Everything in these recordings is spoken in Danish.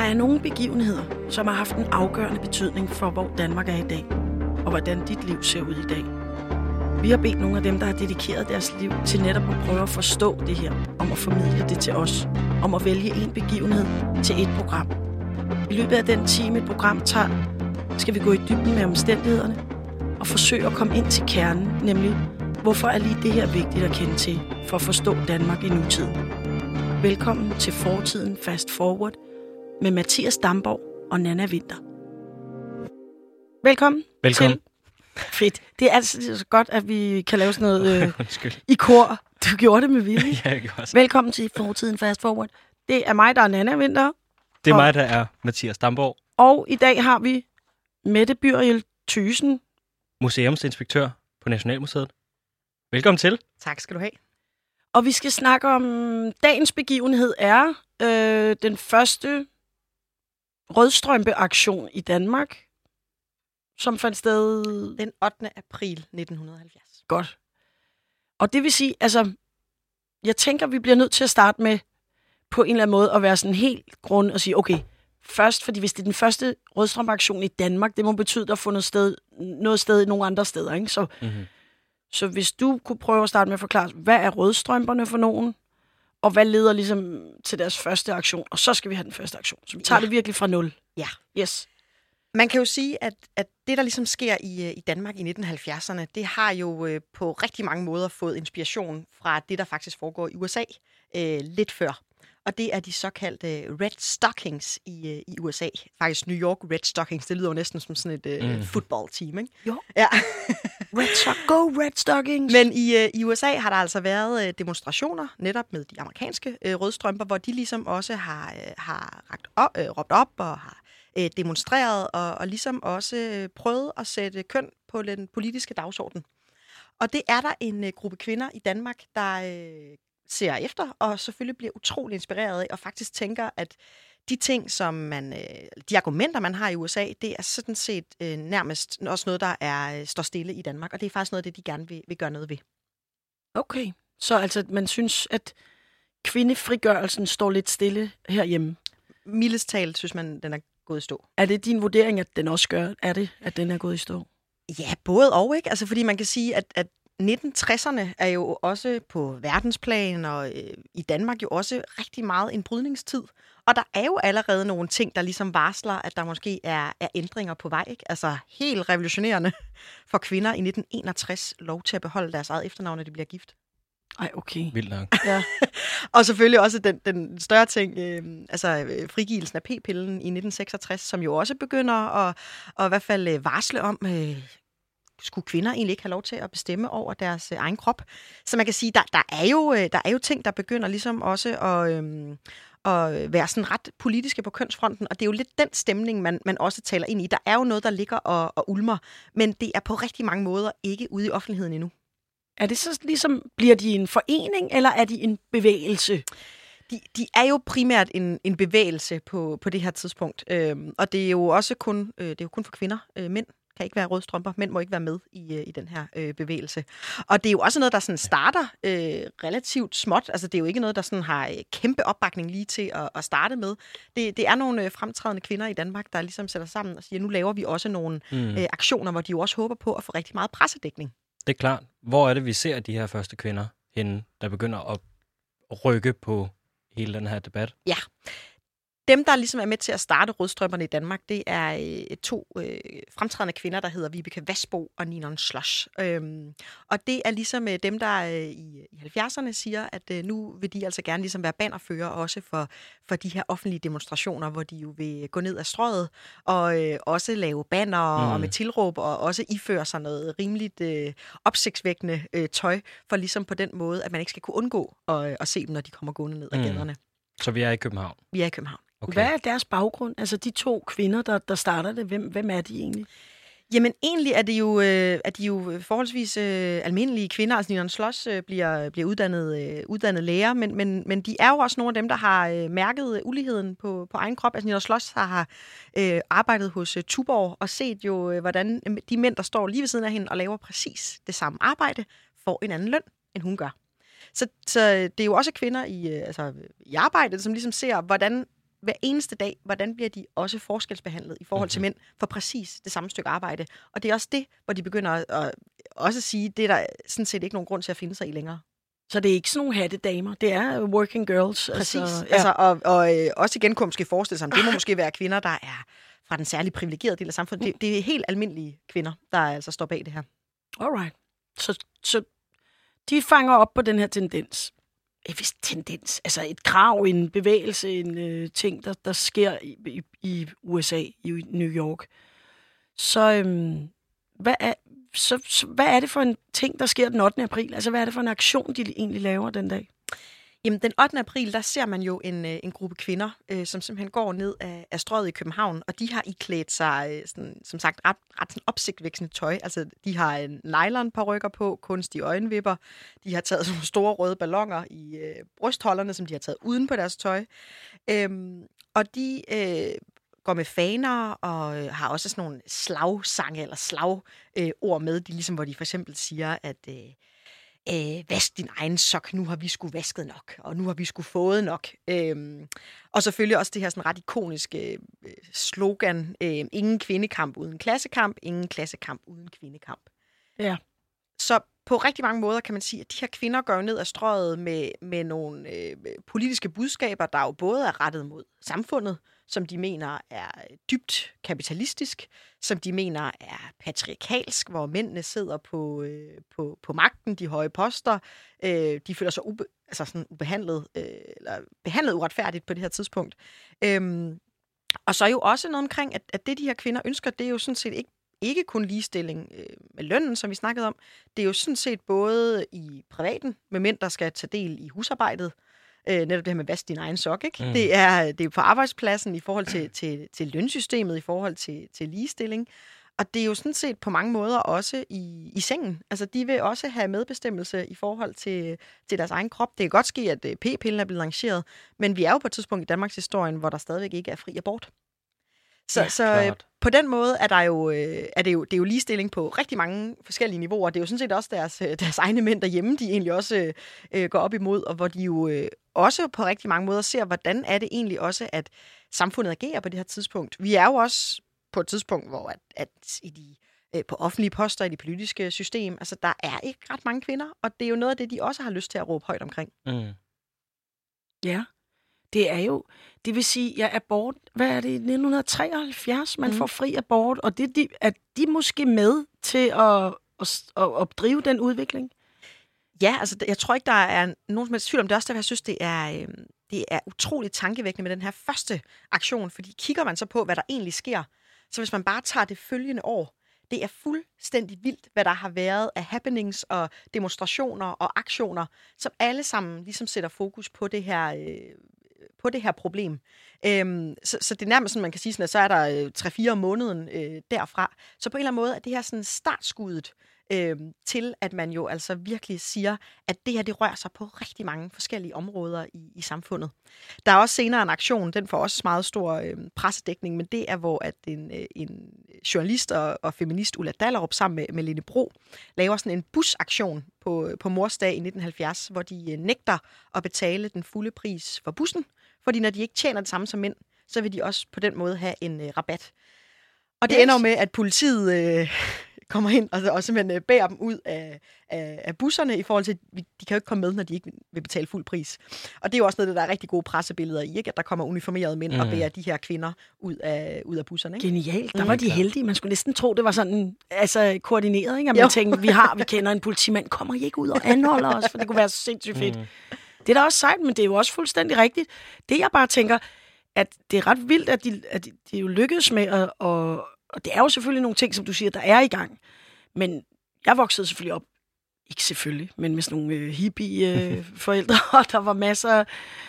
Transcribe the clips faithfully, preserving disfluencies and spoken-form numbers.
er nogle begivenheder, som har haft en afgørende betydning for, hvor Danmark er i dag, og hvordan dit liv ser ud i dag. Vi har bedt nogle af dem, der har dedikeret deres liv til netop at prøve at forstå det her, om at formidle det til os, om at vælge en begivenhed til et program. I løbet af den time, et program tager, skal vi gå i dybden med omstændighederne og forsøge at komme ind til kernen, nemlig hvorfor er lige det her vigtigt at kende til for at forstå Danmark i nutiden. Velkommen til Fortiden Fast Forward med Mathias Damborg og Nanna Winther. Velkommen. Velkommen. Til. Fedt. Det er altid så godt, at vi kan lave sådan noget øh, i kor. Du gjorde det med vilje. Ja, jeg gjorde også. Velkommen til Fortiden Fast Forward. Det er mig, der er Nanna Winther. Det er og, mig, der er Mathias Damborg. Og i dag har vi Mette Byriel Thyssen, museumsinspektør på Nationalmuseet. Velkommen til. Tak skal du have. Og vi skal snakke om, dagens begivenhed er øh, den første rødstrømpeaktion i Danmark, som fandt sted den ottende april nitten halvfjerds. Godt. Og det vil sige, altså, jeg tænker, vi bliver nødt til at starte med på en eller anden måde at være sådan helt grund og sige, okay, først, fordi hvis det er den første rødstrømpeaktion i Danmark, det må betyde, at der har fundet sted, noget sted i nogle andre steder, ikke? Så, mm-hmm. så hvis du kunne prøve at starte med at forklare, hvad er rødstrømperne for nogen, og hvad leder ligesom til deres første aktion, og så skal vi have den første aktion. Så vi tager ja. det virkelig fra nul. Ja. Yes. Man kan jo sige, at, at det, der ligesom sker i, i Danmark i nitten halvfjerdserne, det har jo øh, på rigtig mange måder fået inspiration fra det, der faktisk foregår i U S A øh, lidt før. Og det er de såkaldte Red Stockings i, øh, i U S A. Faktisk New York Red Stockings, det lyder jo næsten som sådan et øh, mm. football-team, ikke? Jo. Ja. Red Sox, go Red Stockings! Men i, øh, i U S A har der altså været øh, demonstrationer, netop med de amerikanske øh, rødstrømper, hvor de ligesom også har, øh, har rakt op, øh, råbt op og har øh, demonstreret, og, og ligesom også øh, prøvet at sætte køn på den politiske dagsorden. Og det er der en øh, gruppe kvinder i Danmark, der øh, ser efter, og selvfølgelig bliver utrolig inspireret af, og faktisk tænker, at de ting, som man, øh, de argumenter, man har i U S A, det er sådan set øh, nærmest også noget, der er, står stille i Danmark, og det er faktisk noget af det, de gerne vil, vil gøre noget ved. Okay, så altså, man synes, at kvindefrigørelsen står lidt stille herhjemme? Mildest talt synes man, den er gået i stå. Er det din vurdering, at den også gør, er det, at den er gået i stå? Ja, både og, ikke? Altså, fordi man kan sige, at, at nitten tresserne er jo også på verdensplan og øh, i Danmark jo også rigtig meget en brydningstid. Og der er jo allerede nogle ting, der ligesom varsler, at der måske er, er ændringer på vej, ikke? Altså helt revolutionerende for kvinder i nitten enogtres lov til at beholde deres eget efternavn, når de bliver gift. Ej, okay. Vildt nok. Ja. Og selvfølgelig også den, den større ting, øh, altså øh, frigivelsen af p-pillen i nitten seksogtres, som jo også begynder at, at i hvert fald øh, varsle om, øh, skulle kvinder egentlig ikke have lov til at bestemme over deres øh, egen krop. Så man kan sige, der, der, er jo, øh, der er jo ting, der begynder ligesom også at, øh, at være sådan ret politiske på kønsfronten, og det er jo lidt den stemning, man, man også taler ind i. Der er jo noget, der ligger og, og ulmer, men det er på rigtig mange måder ikke ude i offentligheden endnu. Er det så ligesom, bliver de en forening, eller er de en bevægelse? De, de er jo primært en, en bevægelse på, på det her tidspunkt, øhm, og det er jo også kun, øh, det er jo kun for kvinder. Øh, mænd kan ikke være rødstrømper, mænd må ikke være med i, øh, i den her øh, bevægelse. Og det er jo også noget, der sådan starter øh, relativt småt. Altså det er jo ikke noget, der sådan har øh, kæmpe opbakning lige til at, at starte med. Det, det er nogle øh, fremtrædende kvinder i Danmark, der ligesom sætter sammen og siger, nu laver vi også nogle mm. øh, aktioner, hvor de jo også håber på at få rigtig meget pressedækning. Det er klart. Hvor er det, vi ser de her første kvinder henne, der begynder at rykke på hele den her debat? Ja. Dem, der ligesom er med til at starte rødstrømperne i Danmark, det er øh, to øh, fremtrædende kvinder, der hedder Vibeke Vasbo og Ninon Schloss. Øhm, og det er ligesom øh, dem, der øh, i, i halvfjerdserne siger, at øh, nu vil de altså gerne ligesom være bannerfører også for, for de her offentlige demonstrationer, hvor de jo vil gå ned ad strøget og øh, også lave banner mm. og med tilråb og også iføre sig noget rimeligt øh, opsigtsvækkende øh, tøj, for ligesom på den måde, at man ikke skal kunne undgå at, at se dem, når de kommer gående ned ad gaderne. Mm. Så vi er i København? Vi er i København. Okay. Hvad er deres baggrund? Altså de to kvinder, der, der starter det, hvem, hvem er de egentlig? Jamen egentlig er, det jo, øh, er de jo forholdsvis øh, almindelige kvinder. Altså Ninon Schloss øh, bliver, bliver uddannet, øh, uddannet lærer, men, men, men de er jo også nogle af dem, der har øh, mærket uligheden på, på egen krop. Altså Ninon Schloss har, har øh, arbejdet hos øh, Tuborg og set jo, øh, hvordan de mænd, der står lige ved siden af hende og laver præcis det samme arbejde, får en anden løn, end hun gør. Så, så det er jo også kvinder i, øh, altså, i arbejdet, som ligesom ser, hvordan hver eneste dag, hvordan bliver de også forskelsbehandlet i forhold Mhm. til mænd for præcis det samme stykke arbejde. Og det er også det, hvor de begynder at, at også sige, det er der sådan set ikke nogen grund til at finde sig i længere. Så det er ikke sådan nogle hattedamer, det er working girls. Præcis. Altså, ja. altså, og og øh, også igen kunne man måske forestille sig, om det må måske være kvinder, der er fra den særligt privilegerede del af samfundet. Det, det er helt almindelige kvinder, der altså står bag det her. Alright. Så, så de fanger op på den her tendens. En vis tendens. Altså et krav, en bevægelse, en øh, ting, der, der sker i, i, i U S A, i New York. Så, øhm, hvad er, så, så hvad er det for en ting, der sker den ottende april? Altså hvad er det for en aktion, de egentlig laver den dag? Jamen, den ottende april, der ser man jo en, en gruppe kvinder, øh, som simpelthen går ned af, af strøget i København, og de har iklædt sig, øh, sådan, som sagt, ret, ret sådan opsigtvækkende tøj. Altså, de har en nylon-parykker på, kunstige øjenvipper. De har taget sådan nogle store røde balloner i øh, brystholderne, som de har taget uden på deres tøj. Øhm, og de øh, går med faner og øh, har også sådan nogle slagsange eller slagord øh, ord med, de, ligesom, hvor de for eksempel siger, at... Øh, Øh, vask din egen sok, nu har vi sgu vasket nok, og nu har vi sgu fået nok. Øhm, og selvfølgelig også det her sådan ret ikoniske øh, slogan, øh, ingen kvindekamp uden klassekamp, ingen klassekamp uden kvindekamp. Ja. Så på rigtig mange måder kan man sige, at de her kvinder går ned ad strøget med, med nogle øh, politiske budskaber, der jo både er rettet mod samfundet, som de mener er dybt kapitalistisk, som de mener er patriarkalsk, hvor mændene sidder på, øh, på, på magten, de høje poster, øh, de føler sig ube, altså sådan ubehandlet, øh, eller behandlet uretfærdigt på det her tidspunkt. Øhm, og så er jo også noget omkring, at, at det de her kvinder ønsker, det er jo sådan set ikke Ikke kun ligestilling øh, med lønnen, som vi snakkede om. Det er jo sådan set både i privaten, med mænd, der skal tage del i husarbejdet. Øh, netop det her med vask din egen sok, ikke? Mm. Det, er, det er på arbejdspladsen i forhold til, til, til lønsystemet, i forhold til, til ligestilling. Og det er jo sådan set på mange måder også i, i sengen. Altså, de vil også have medbestemmelse i forhold til, til deres egen krop. Det kan godt ske, at p-pillen er blevet lanceret, men vi er jo på et tidspunkt i Danmarks historien, hvor der stadigvæk ikke er fri abort. Så, Ja, så klart. på den måde er der jo, øh, er det jo, det er jo ligestilling på rigtig mange forskellige niveauer. Det er jo sådan set også deres, deres egne mænd derhjemme, de egentlig også øh, går op imod, og hvor de jo øh, også på rigtig mange måder ser, hvordan er det egentlig også, at samfundet agerer på det her tidspunkt. Vi er jo også på et tidspunkt, hvor at, at i de, øh, på offentlige poster i det politiske system, altså der er ikke ret mange kvinder, og det er jo noget af det, de også har lyst til at råbe højt omkring. Mm. Ja, det er jo, det vil sige, ja, abort, hvad er det, i nitten treoghalvfjerds, man mm. får fri abort, og det, de, er de måske med til at, at, at, at drive den udvikling? Ja, altså jeg tror ikke, der er nogen som helst tvivl om det. Også derfor, jeg synes, det er, øh, det er utroligt tankevækkende med den her første aktion, fordi kigger man så på, hvad der egentlig sker, så hvis man bare tager det følgende år, det er fuldstændig vildt, hvad der har været af happenings og demonstrationer og aktioner, som alle sammen ligesom sætter fokus på det her, øh, på det her problem. Øhm, så, så det er nærmest sådan, man kan sige, sådan, at så er der øh, tre-fire måneden øh, derfra. Så på en eller anden måde er det her sådan startskuddet øh, til, at man jo altså virkelig siger, at det her, det rører sig på rigtig mange forskellige områder i, i samfundet. Der er også senere en aktion, den får også meget stor øh, pressedækning, men det er, hvor at en, øh, en journalist og, og feminist, Ulla Dallerup, sammen med, med Lene Bro, laver sådan en busaktion på, på Mors Dag i nitten halvfjerds, hvor de øh, nægter at betale den fulde pris for bussen, fordi når de ikke tjener det samme som mænd, så vil de også på den måde have en øh, rabat. Og det yes. ender jo med, at politiet øh, kommer ind og, og simpelthen øh, bærer dem ud af, af, af busserne i forhold til, at de kan jo ikke komme med, når de ikke vil betale fuld pris. Og det er jo også noget, der er rigtig gode pressebilleder i, ikke? At der kommer uniformerede mænd mm. og bærer de her kvinder ud af, ud af busserne. Ikke? Genialt. Der var de heldige. Man skulle næsten tro, det var sådan altså, koordineret. Ikke? At man jo. tænkte, vi har, vi kender en politimand, kommer I ikke ud og anholder os? For det kunne være så sindssygt fedt. Mm. Det er da også sejt, men det er jo også fuldstændig rigtigt. Det jeg bare tænker, at det er ret vildt, at de, at de, de jo lykkedes med, at, og, og det er jo selvfølgelig nogle ting, som du siger, der er i gang. Men jeg voksede selvfølgelig op, ikke selvfølgelig, men med sådan nogle øh, hippie-forældre, øh, og der var masser,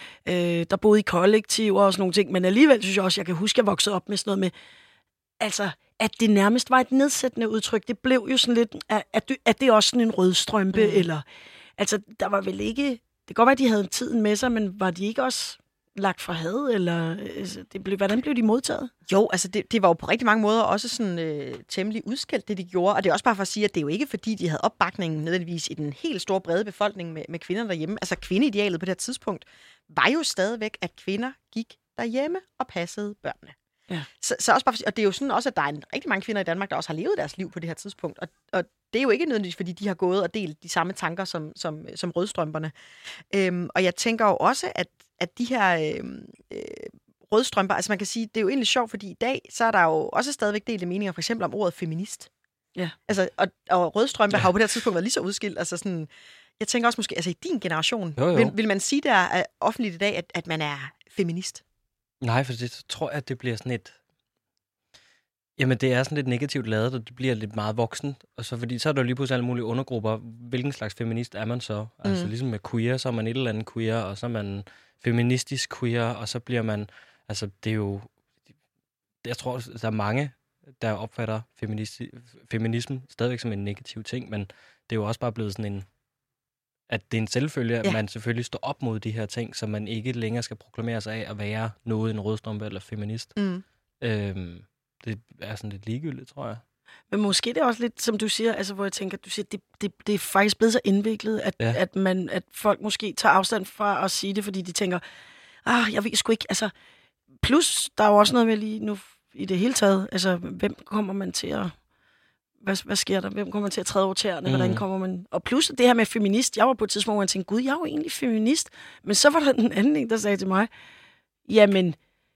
øh, der boede i kollektiver og sådan nogle ting. Men alligevel synes jeg også, jeg kan huske, at jeg voksede op med sådan noget med, altså, at det nærmest var et nedsættende udtryk. Det blev jo sådan lidt, at, at, det, at det er også sådan en rødstrømpe, mm. eller, altså, der var vel ikke... Det kan godt være, at de havde tiden med sig, men var de ikke også lagt fra had, eller det blev, hvordan blev de modtaget? Jo, altså det, det var jo på rigtig mange måder også sådan øh, temmelig udskilt, det de gjorde, og det er også bare for at sige, at det er jo ikke fordi, de havde opbakningen nødvendigvis i den helt store brede befolkning med, med kvinder derhjemme. Altså kvindeidealet på det her tidspunkt var jo stadigvæk, at kvinder gik derhjemme og passede børnene. Ja. Så, så også bare, og det er jo sådan også, at der er en, rigtig mange kvinder i Danmark, der også har levet deres liv på det her tidspunkt. Og, og det er jo ikke nødvendigvis, fordi de har gået og delt de samme tanker som, som, som rødstrømperne. Øhm, og jeg tænker jo også, at, at de her øh, øh, rødstrømper, altså man kan sige, det er jo egentlig sjovt, fordi i dag, så er der jo også stadigvæk delte meninger, for eksempel om ordet feminist. Ja. Altså, og, og rødstrømpe Ja. har jo på det her tidspunkt været lige så udskilt. Altså sådan, jeg tænker også måske, altså i din generation, Jo, jo. Vil, vil man sige der er offentligt i dag, at, at man er feminist? Nej, for det tror jeg, at det bliver sådan et... Jamen, det er sådan lidt negativt lavet, og det bliver lidt meget voksen. Og så, fordi så er der jo lige pludselig alle mulige undergrupper. Hvilken slags feminist er man så? Mm. Altså ligesom med queer, så er man et eller andet queer, og så er man feministisk queer, og så bliver man... Altså, det er jo... Jeg tror, der er mange, der opfatter feminisme stadigvæk som en negativ ting, men det er jo også bare blevet sådan en... At det er en selvfølge, at Ja. man selvfølgelig står op mod de her ting, så man ikke længere skal proklamere sig af at være noget, en rødstrømpe eller feminist. Mm. Øhm, det er sådan lidt ligegyldigt, tror jeg. Men måske det er også lidt, som du siger, altså, hvor jeg tænker, du siger, det, det, det er faktisk blevet så indviklet, at, Ja. at, man, at folk måske tager afstand fra at sige det, fordi de tænker, ah, jeg ved sgu ikke, altså, plus der er jo også noget med lige nu i det hele taget, altså, hvem kommer man til at, hvad, hvad sker der, hvem kommer man til at træde over tæerne, mm. hvordan kommer man, og plus det her med feminist, jeg var på et tidspunkt, hvor jeg tænkte, gud, jeg er jo egentlig feminist, men så var der den anden en, der sagde til mig, jamen,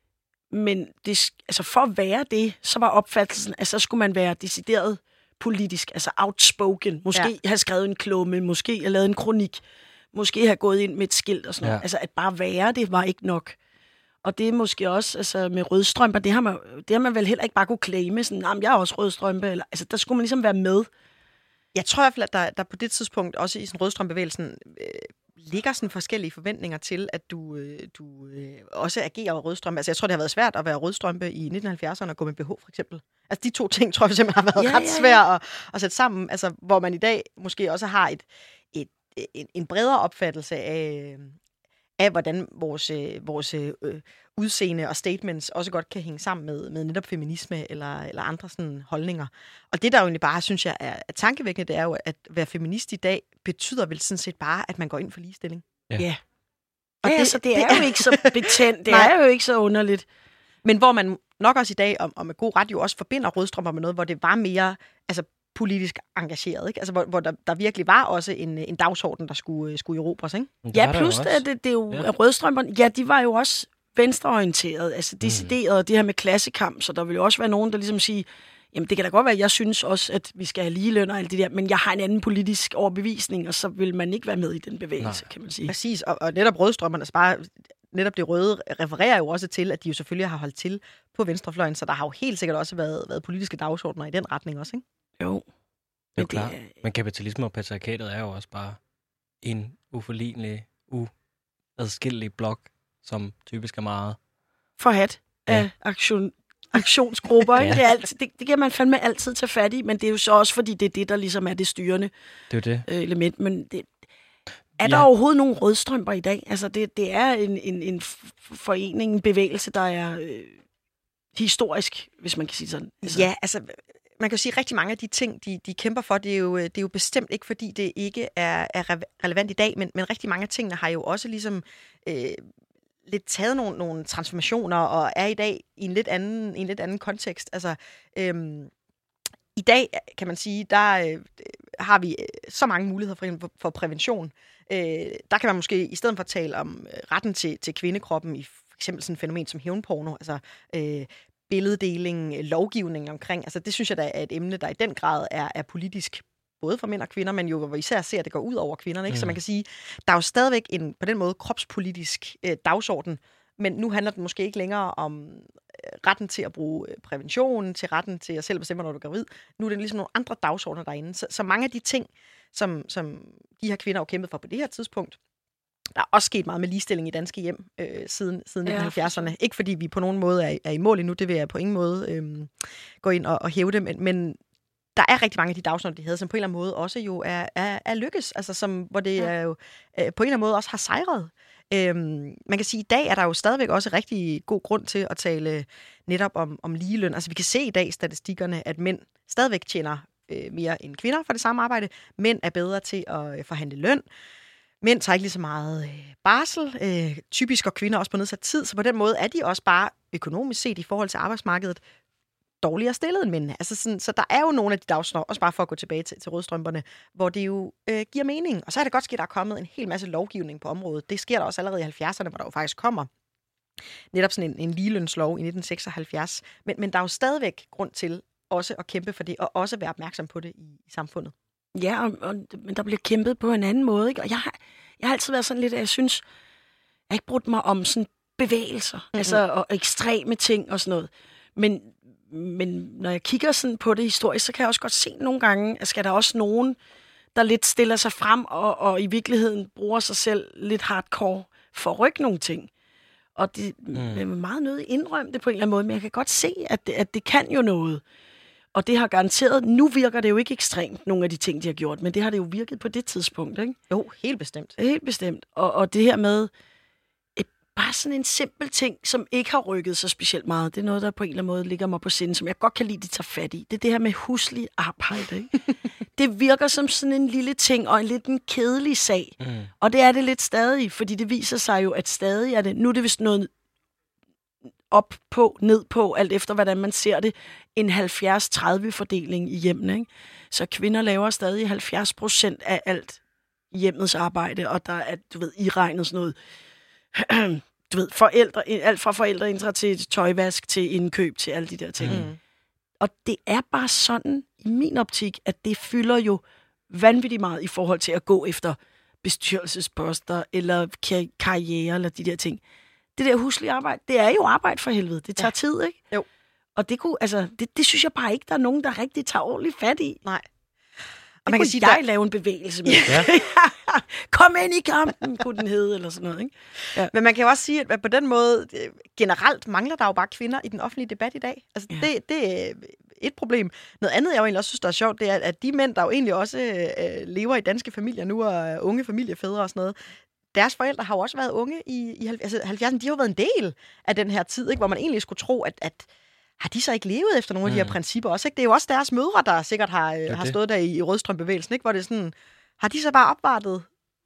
men det, altså for at være det, så var opfattelsen, at så skulle man være decideret politisk, altså outspoken. Måske ja. have skrevet en klumme, måske have lavet en kronik, måske have gået ind med et skilt og sådan noget. Ja. Altså at bare være det var ikke nok. Og det er måske også altså med rødstrømper, det har man, det har man vel heller ikke bare kunne claime, sådan, nah, jeg er også rødstrømpe, eller, altså der skulle man ligesom være med. Jeg tror i hvert fald, at der, der på det tidspunkt, også i sådan rødstrømbevægelsen, øh, ligger sådan forskellige forventninger til, at du, øh, du øh, også agerer rødstrømpe. Altså jeg tror, det har været svært at være rødstrømpe i nitten halvfjerdserne og gå med B H for eksempel. Altså de to ting, tror jeg simpelthen har været Ja, ret ja, ja. svære at, at sætte sammen. Altså hvor man i dag måske også har et, et, en, en bredere opfattelse af, af hvordan vores, øh, vores øh, udseende og statements også godt kan hænge sammen med, med netop feminisme eller, eller andre sådan holdninger. Og det, der jo egentlig bare, synes jeg, er, er tankevækkende, det er jo, at være feminist i dag betyder vel sådan set bare, at man går ind for ligestilling. Ja. Ja. Og Ja, det- altså, det, det er er- jo ikke så betændt, det Nej. er jo ikke så underligt. Men hvor man nok også i dag, og, og med god ret, jo også forbinder rødstrømper med noget, hvor det var mere altså, politisk engageret. Ikke? Altså, hvor, hvor der, der virkelig var også en, en dagsorden, der skulle, skulle erobres. Ikke? Men det Ja, var der plus jo det, også. det, det er jo Ja. ja. rødstrømperne, ja, de var jo også venstreorienterede, altså deciderede, mm. det her med klassekamp, så der vil jo også være nogen, der ligesom siger, jamen det kan da godt være, at jeg synes også, at vi skal have ligeløn og alt det der, men jeg har en anden politisk overbevisning, og så vil man ikke være med i den bevægelse, Nej. kan man sige. Præcis, og, og netop rødstrømmerne, altså bare, netop det røde refererer jo også til, at de jo selvfølgelig har holdt til på venstrefløjen, så der har jo helt sikkert også været, været politiske dagsordner i den retning også, ikke? Jo. Det er jo Men det klart. er- Men kapitalisme og patriarkatet er jo også bare en uforlignelig, uadskillelig blok, som typisk er meget. Forhat Ja. af aktion, aktionsgrupper, ikke? Ja. Det, er altid, det, det kan man fandme altid tage fat i, men det er jo så også, fordi det er det, der ligesom er det styrende Det er jo det. øh, element. Men det, er Ja. der overhovedet nogen rødstrømper i dag? Altså, det, det er en, en, en f- forening, en bevægelse, der er øh, historisk, hvis man kan sige sådan. Altså, Ja, altså, man kan jo sige, at rigtig mange af de ting, de, de kæmper for, det er, jo, det er jo bestemt ikke, fordi det ikke er, er re- relevant i dag, men, men rigtig mange af tingene har jo også ligesom øh, lidt taget nogle, nogle transformationer og er i dag i en lidt anden, i en lidt anden kontekst. Altså, øhm, i dag, kan man sige, der øh, har vi øh, så mange muligheder for, for, for prævention. Øh, der kan man måske, i stedet for at tale om øh, retten til, til kvindekroppen, i for eksempel sådan et fænomen som hævnporno, altså øh, billeddeling, lovgivning omkring, altså det synes jeg da er et emne, der i den grad er, er politisk, både for mænd og kvinder, men jo hvor vi især ser, at det går ud over kvinderne. Ikke? Mm. Så man kan sige, der er jo stadigvæk en, på den måde, kropspolitisk øh, dagsorden, men nu handler den måske ikke længere om øh, retten til at bruge øh, prævention, til retten til at selv bestemme, når du er gravid. Nu er det ligesom nogle andre dagsordner derinde. Så, så mange af de ting, som, som de her kvinder har kæmpet for på det her tidspunkt, der er også sket meget med ligestilling i danske hjem øh, siden, siden Ja, nitten halvfjerdserne. Ikke fordi vi på nogen måde er, er i mål endnu, det vil jeg på ingen måde øh, gå ind og, og hæve det, men, men der er rigtig mange af de dagsordner, de havde, som på en eller anden måde også jo er, er, er lykkes, altså som, hvor det Ja. er jo, øh, på en eller anden måde også har sejret. Øhm, man kan sige, at i dag er der jo stadigvæk også rigtig god grund til at tale netop om, om ligeløn. Altså vi kan se i dag i statistikkerne, at mænd stadigvæk tjener øh, mere end kvinder for det samme arbejde. Mænd er bedre til at øh, forhandle løn. Mænd tager ikke lige så meget øh, barsel. Øh, typisk og kvinder også på nedsat tid, så på den måde er de også bare økonomisk set i forhold til arbejdsmarkedet dårligere stillet end mændene. Altså sådan, så der er jo nogle af de dagsnår, også bare for at gå tilbage til, til rødstrømperne, hvor det jo øh, giver mening. Og så er det godt ske, at der er kommet en hel masse lovgivning på området. Det sker der også allerede i halvfjerdserne, hvor der jo faktisk kommer netop sådan en, en ligelønslov i nitten seksoghalvfjerds. Men, men der er jo stadigvæk grund til også at kæmpe for det, og også være opmærksom på det i, i samfundet. Ja, og, og, men der bliver kæmpet på en anden måde, ikke? Og jeg har, jeg har altid været sådan lidt, at jeg synes, jeg har ikke brugt mig om sådan bevægelser, mm-hmm. altså og ekstreme ting og sådan noget. Men, men når jeg kigger sådan på det historisk, så kan jeg også godt se nogle gange, at skal der også nogen, der lidt stiller sig frem og, og i virkeligheden bruger sig selv lidt hardcore for at rykke nogle ting. Og det mm. er meget nødt indrømme det på en eller anden måde, men jeg kan godt se, at det, at det kan jo noget. Og det har garanteret, nu virker det jo ikke ekstremt, nogle af de ting, de har gjort, men det har det jo virket på det tidspunkt, ikke? Jo, helt bestemt. Helt bestemt. Og, og det her med, et, bare sådan en simpel ting, som ikke har rykket så specielt meget, det er noget, der på en eller anden måde ligger mig på sinde, som jeg godt kan lide, de tager fat i. Det er det her med huslig arbejde, ikke? Det virker som sådan en lille ting, og en lidt en kedelig sag. Mm. Og det er det lidt stadig, fordi det viser sig jo, at stadig er det, nu er det vist noget op på, ned på, alt efter hvordan man ser det, en halvfjerds tredive fordeling i hjemmene, ikke? Så kvinder laver stadig halvfjerds procent af alt hjemmets arbejde, og der er, du ved, iregnet sådan noget, du ved, forældre, alt fra forældreintra til tøjvask, til indkøb, til alle de der ting. Mm. Og det er bare sådan, i min optik, at det fylder jo vanvittigt meget i forhold til at gå efter bestyrelsesposter, eller kar- karriere, eller de der ting. Det der huslige arbejde, det er jo arbejde for helvede. Det tager ja. tid, ikke? Jo. Og det kunne, altså, det, det synes jeg bare ikke, der er nogen, der rigtig tager ordentligt fat i. Nej. Og man kan sige, jeg der... lave en bevægelse med. Ja. Kom ind i kampen, kunne den hedde, eller sådan noget, ikke? Ja. Men man kan jo også sige, at på den måde, generelt mangler der jo bare kvinder i den offentlige debat i dag. Altså, ja. det, det er et problem. Noget andet, jeg jo egentlig også synes, der er sjovt, det er, at de mænd, der jo egentlig også øh, lever i danske familier nu, og unge familiefædre og sådan noget, deres forældre har jo også været unge i, i altså halvfjerdserne. De har jo været en del af den her tid, ikke? Hvor man egentlig skulle tro, at, at har de så ikke levet efter nogle mm. af de her principper også, ikke? Det er jo også deres mødre, der sikkert har, øh, har stået der i, i rødstrømbevægelsen, ikke? Hvor det er sådan, har de så bare opvartet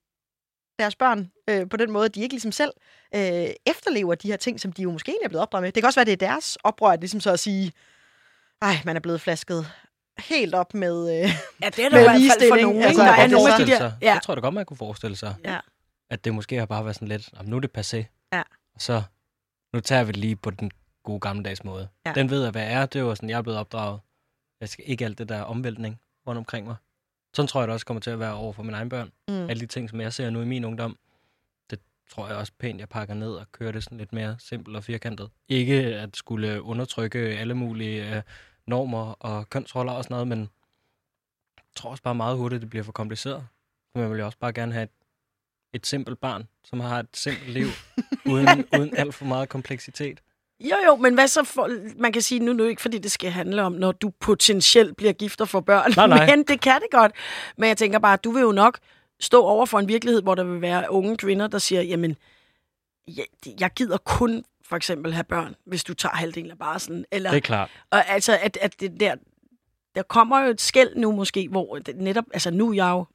deres børn øh, på den måde, at de ikke ligesom selv øh, efterlever de her ting, som de jo måske egentlig er blevet opdraget med. Det kan også være, det er deres oprør, at ligesom så at sige, ej, man er blevet flasket helt op med øh, ja, det er der i hvert fald for nogen. Altså, der er nogle af de der. Ja. Jeg tror da godt, man kunne forestille sig, ja. at det måske har bare været sådan lidt, nu er det passé. Ja. Og så, nu tager vi det lige på den gode gammeldags måde. Ja. Den ved jeg, hvad er. Det var sådan, jeg er blevet opdraget. Jeg skal ikke alt det der omvæltning rundt omkring mig. Sådan tror jeg, det også kommer til at være over for mine egne børn. Mm. Alle de ting, som jeg ser nu i min ungdom, det tror jeg også pænt, jeg pakker ned og kører det sådan lidt mere simpelt og firkantet. Ikke at skulle undertrykke alle mulige øh, normer og kønsroller og sådan noget, men jeg tror også bare meget hurtigt, det bliver for kompliceret. For man vil jo også bare gerne have et, et simpelt barn, som har et simpelt liv, uden, uden alt for meget kompleksitet. Jo, jo, men hvad så for, man kan sige, nu nu ikke, fordi det skal handle om, når du potentielt bliver gifter for børn. Nej, nej. Men det kan det godt. Men jeg tænker bare, at du vil jo nok stå over for en virkelighed, hvor der vil være unge kvinder, der siger, jamen, jeg, jeg gider kun for eksempel have børn, hvis du tager halvdelen af barslen. Eller, det er klart. Og altså, at, at det der, der kommer jo et skel nu måske, hvor det netop, altså nu er jeg jo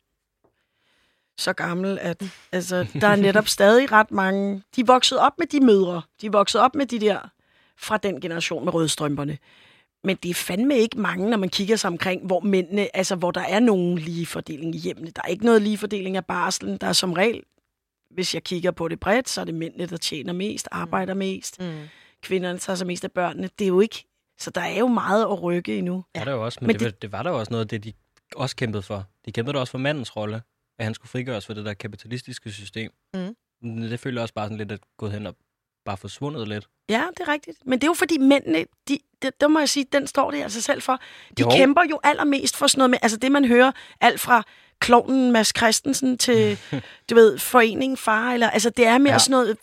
så gammel, at altså, der er netop stadig ret mange, de er vokset op med de mødre, de er vokset op med de der, fra den generation med rødstrømperne. Men det er fandme ikke mange, når man kigger sig omkring, hvor mændene, altså hvor der er nogen ligefordeling i hjemmene. Der er ikke noget ligefordeling af barslen. Der er som regel, hvis jeg kigger på det bredt, så er det mændene, der tjener mest, arbejder mest. Mm. Kvinderne tager sig mest af børnene. Det er jo ikke, så der er jo meget at rykke endnu. Ja, det var, også, men men det, det, det var der jo også noget af det, de også kæmpede for. De kæmpede også for mandens rolle, at han skulle frigøres for det der kapitalistiske system. Mm. Det føler også bare sådan lidt, at gået hen og bare forsvundet lidt. Ja, det er rigtigt. Men det er jo fordi mændene, de, de, der må jeg sige, den står det altså selv for. De jo. kæmper jo allermest for sådan noget med, altså det man hører, alt fra klovnen Mads Christensen til, du ved, Foreningen Far, eller, altså det er mere ja. sådan noget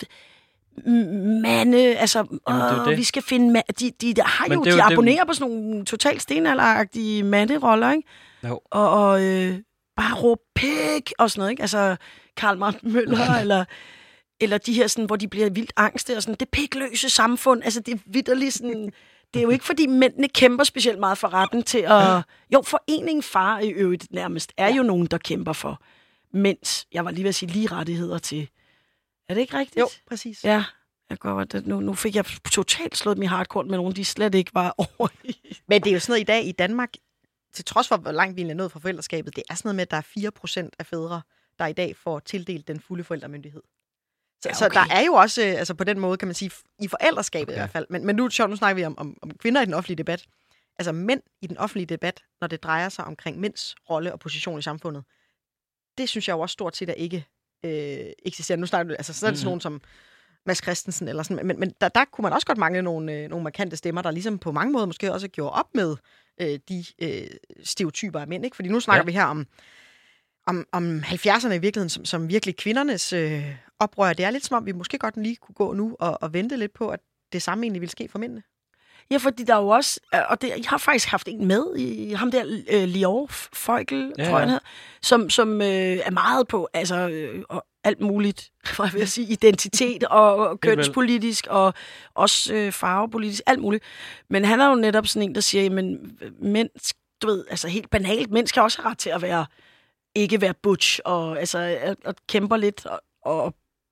mande, altså, Jamen, åh, det det. vi skal finde, ma- de, de, der har jo, de jo, abonnerer det... på sådan nogle totalt stenalderagtige manderoller, ikke? Jo. Og, og øh, bare råbe pik og sådan noget, ikke? Altså, Karl Martin Møller, eller... Eller de her, sådan, hvor de bliver vildt angste, og sådan, det pikløse samfund, altså det er vitterligt sådan, det er jo ikke fordi mændene kæmper specielt meget for retten til at, jo, Foreningen Far i øvrigt nærmest, er jo nogen, der kæmper for, mænds, jeg var lige ved at sige, lige rettigheder til. Er det ikke rigtigt? Jo, præcis. Ja, jeg går, det, nu, nu fik jeg totalt slået mig hardcore med nogen, de slet ikke var over i. Men det er jo sådan noget i dag i Danmark, til trods for, hvor langt vi er nået fra forældreskabet, det er sådan noget med, at der er fire procent af fædre, der i dag får tildelt den fulde forældremyndighed. Så, ja, okay. så der er jo også, altså på den måde, kan man sige, i forældreskabet okay. i hvert fald. Men, men nu, nu snakker vi om, om, om kvinder i den offentlige debat. Altså mænd i den offentlige debat, når det drejer sig omkring mænds rolle og position i samfundet. Det synes jeg jo også stort set er ikke øh, eksisterende. Nu snakker du, altså så er det sådan nogen som Mads Christensen eller sådan, men, men der, der kunne man også godt mangle nogle, øh, nogle markante stemmer, der ligesom på mange måder måske også gjorde op med øh, de øh, stereotyper af mænd, ikke? Fordi nu snakker ja. vi her om, om, om halvfjerdserne i virkeligheden, som, som virkelig kvindernes øh, oprør. Det er lidt som om, vi måske godt lige kunne gå nu og, og vente lidt på, at det samme egentlig ville ske for mændene. Ja, fordi der er jo også, og det, jeg har faktisk haft en med i ham der, øh, Lior Feugl, ja, tror jeg, ja. som, som øh, er meget på, altså, øh, og alt muligt, for jeg vil sige, identitet og, og kønspolitisk, og også øh, farvepolitisk, alt muligt. Men han er jo netop sådan en, der siger, men mænd, du ved, altså helt banalt, mænd skal også have ret til at være, ikke være butch, og altså, at, at kæmper lidt, og, og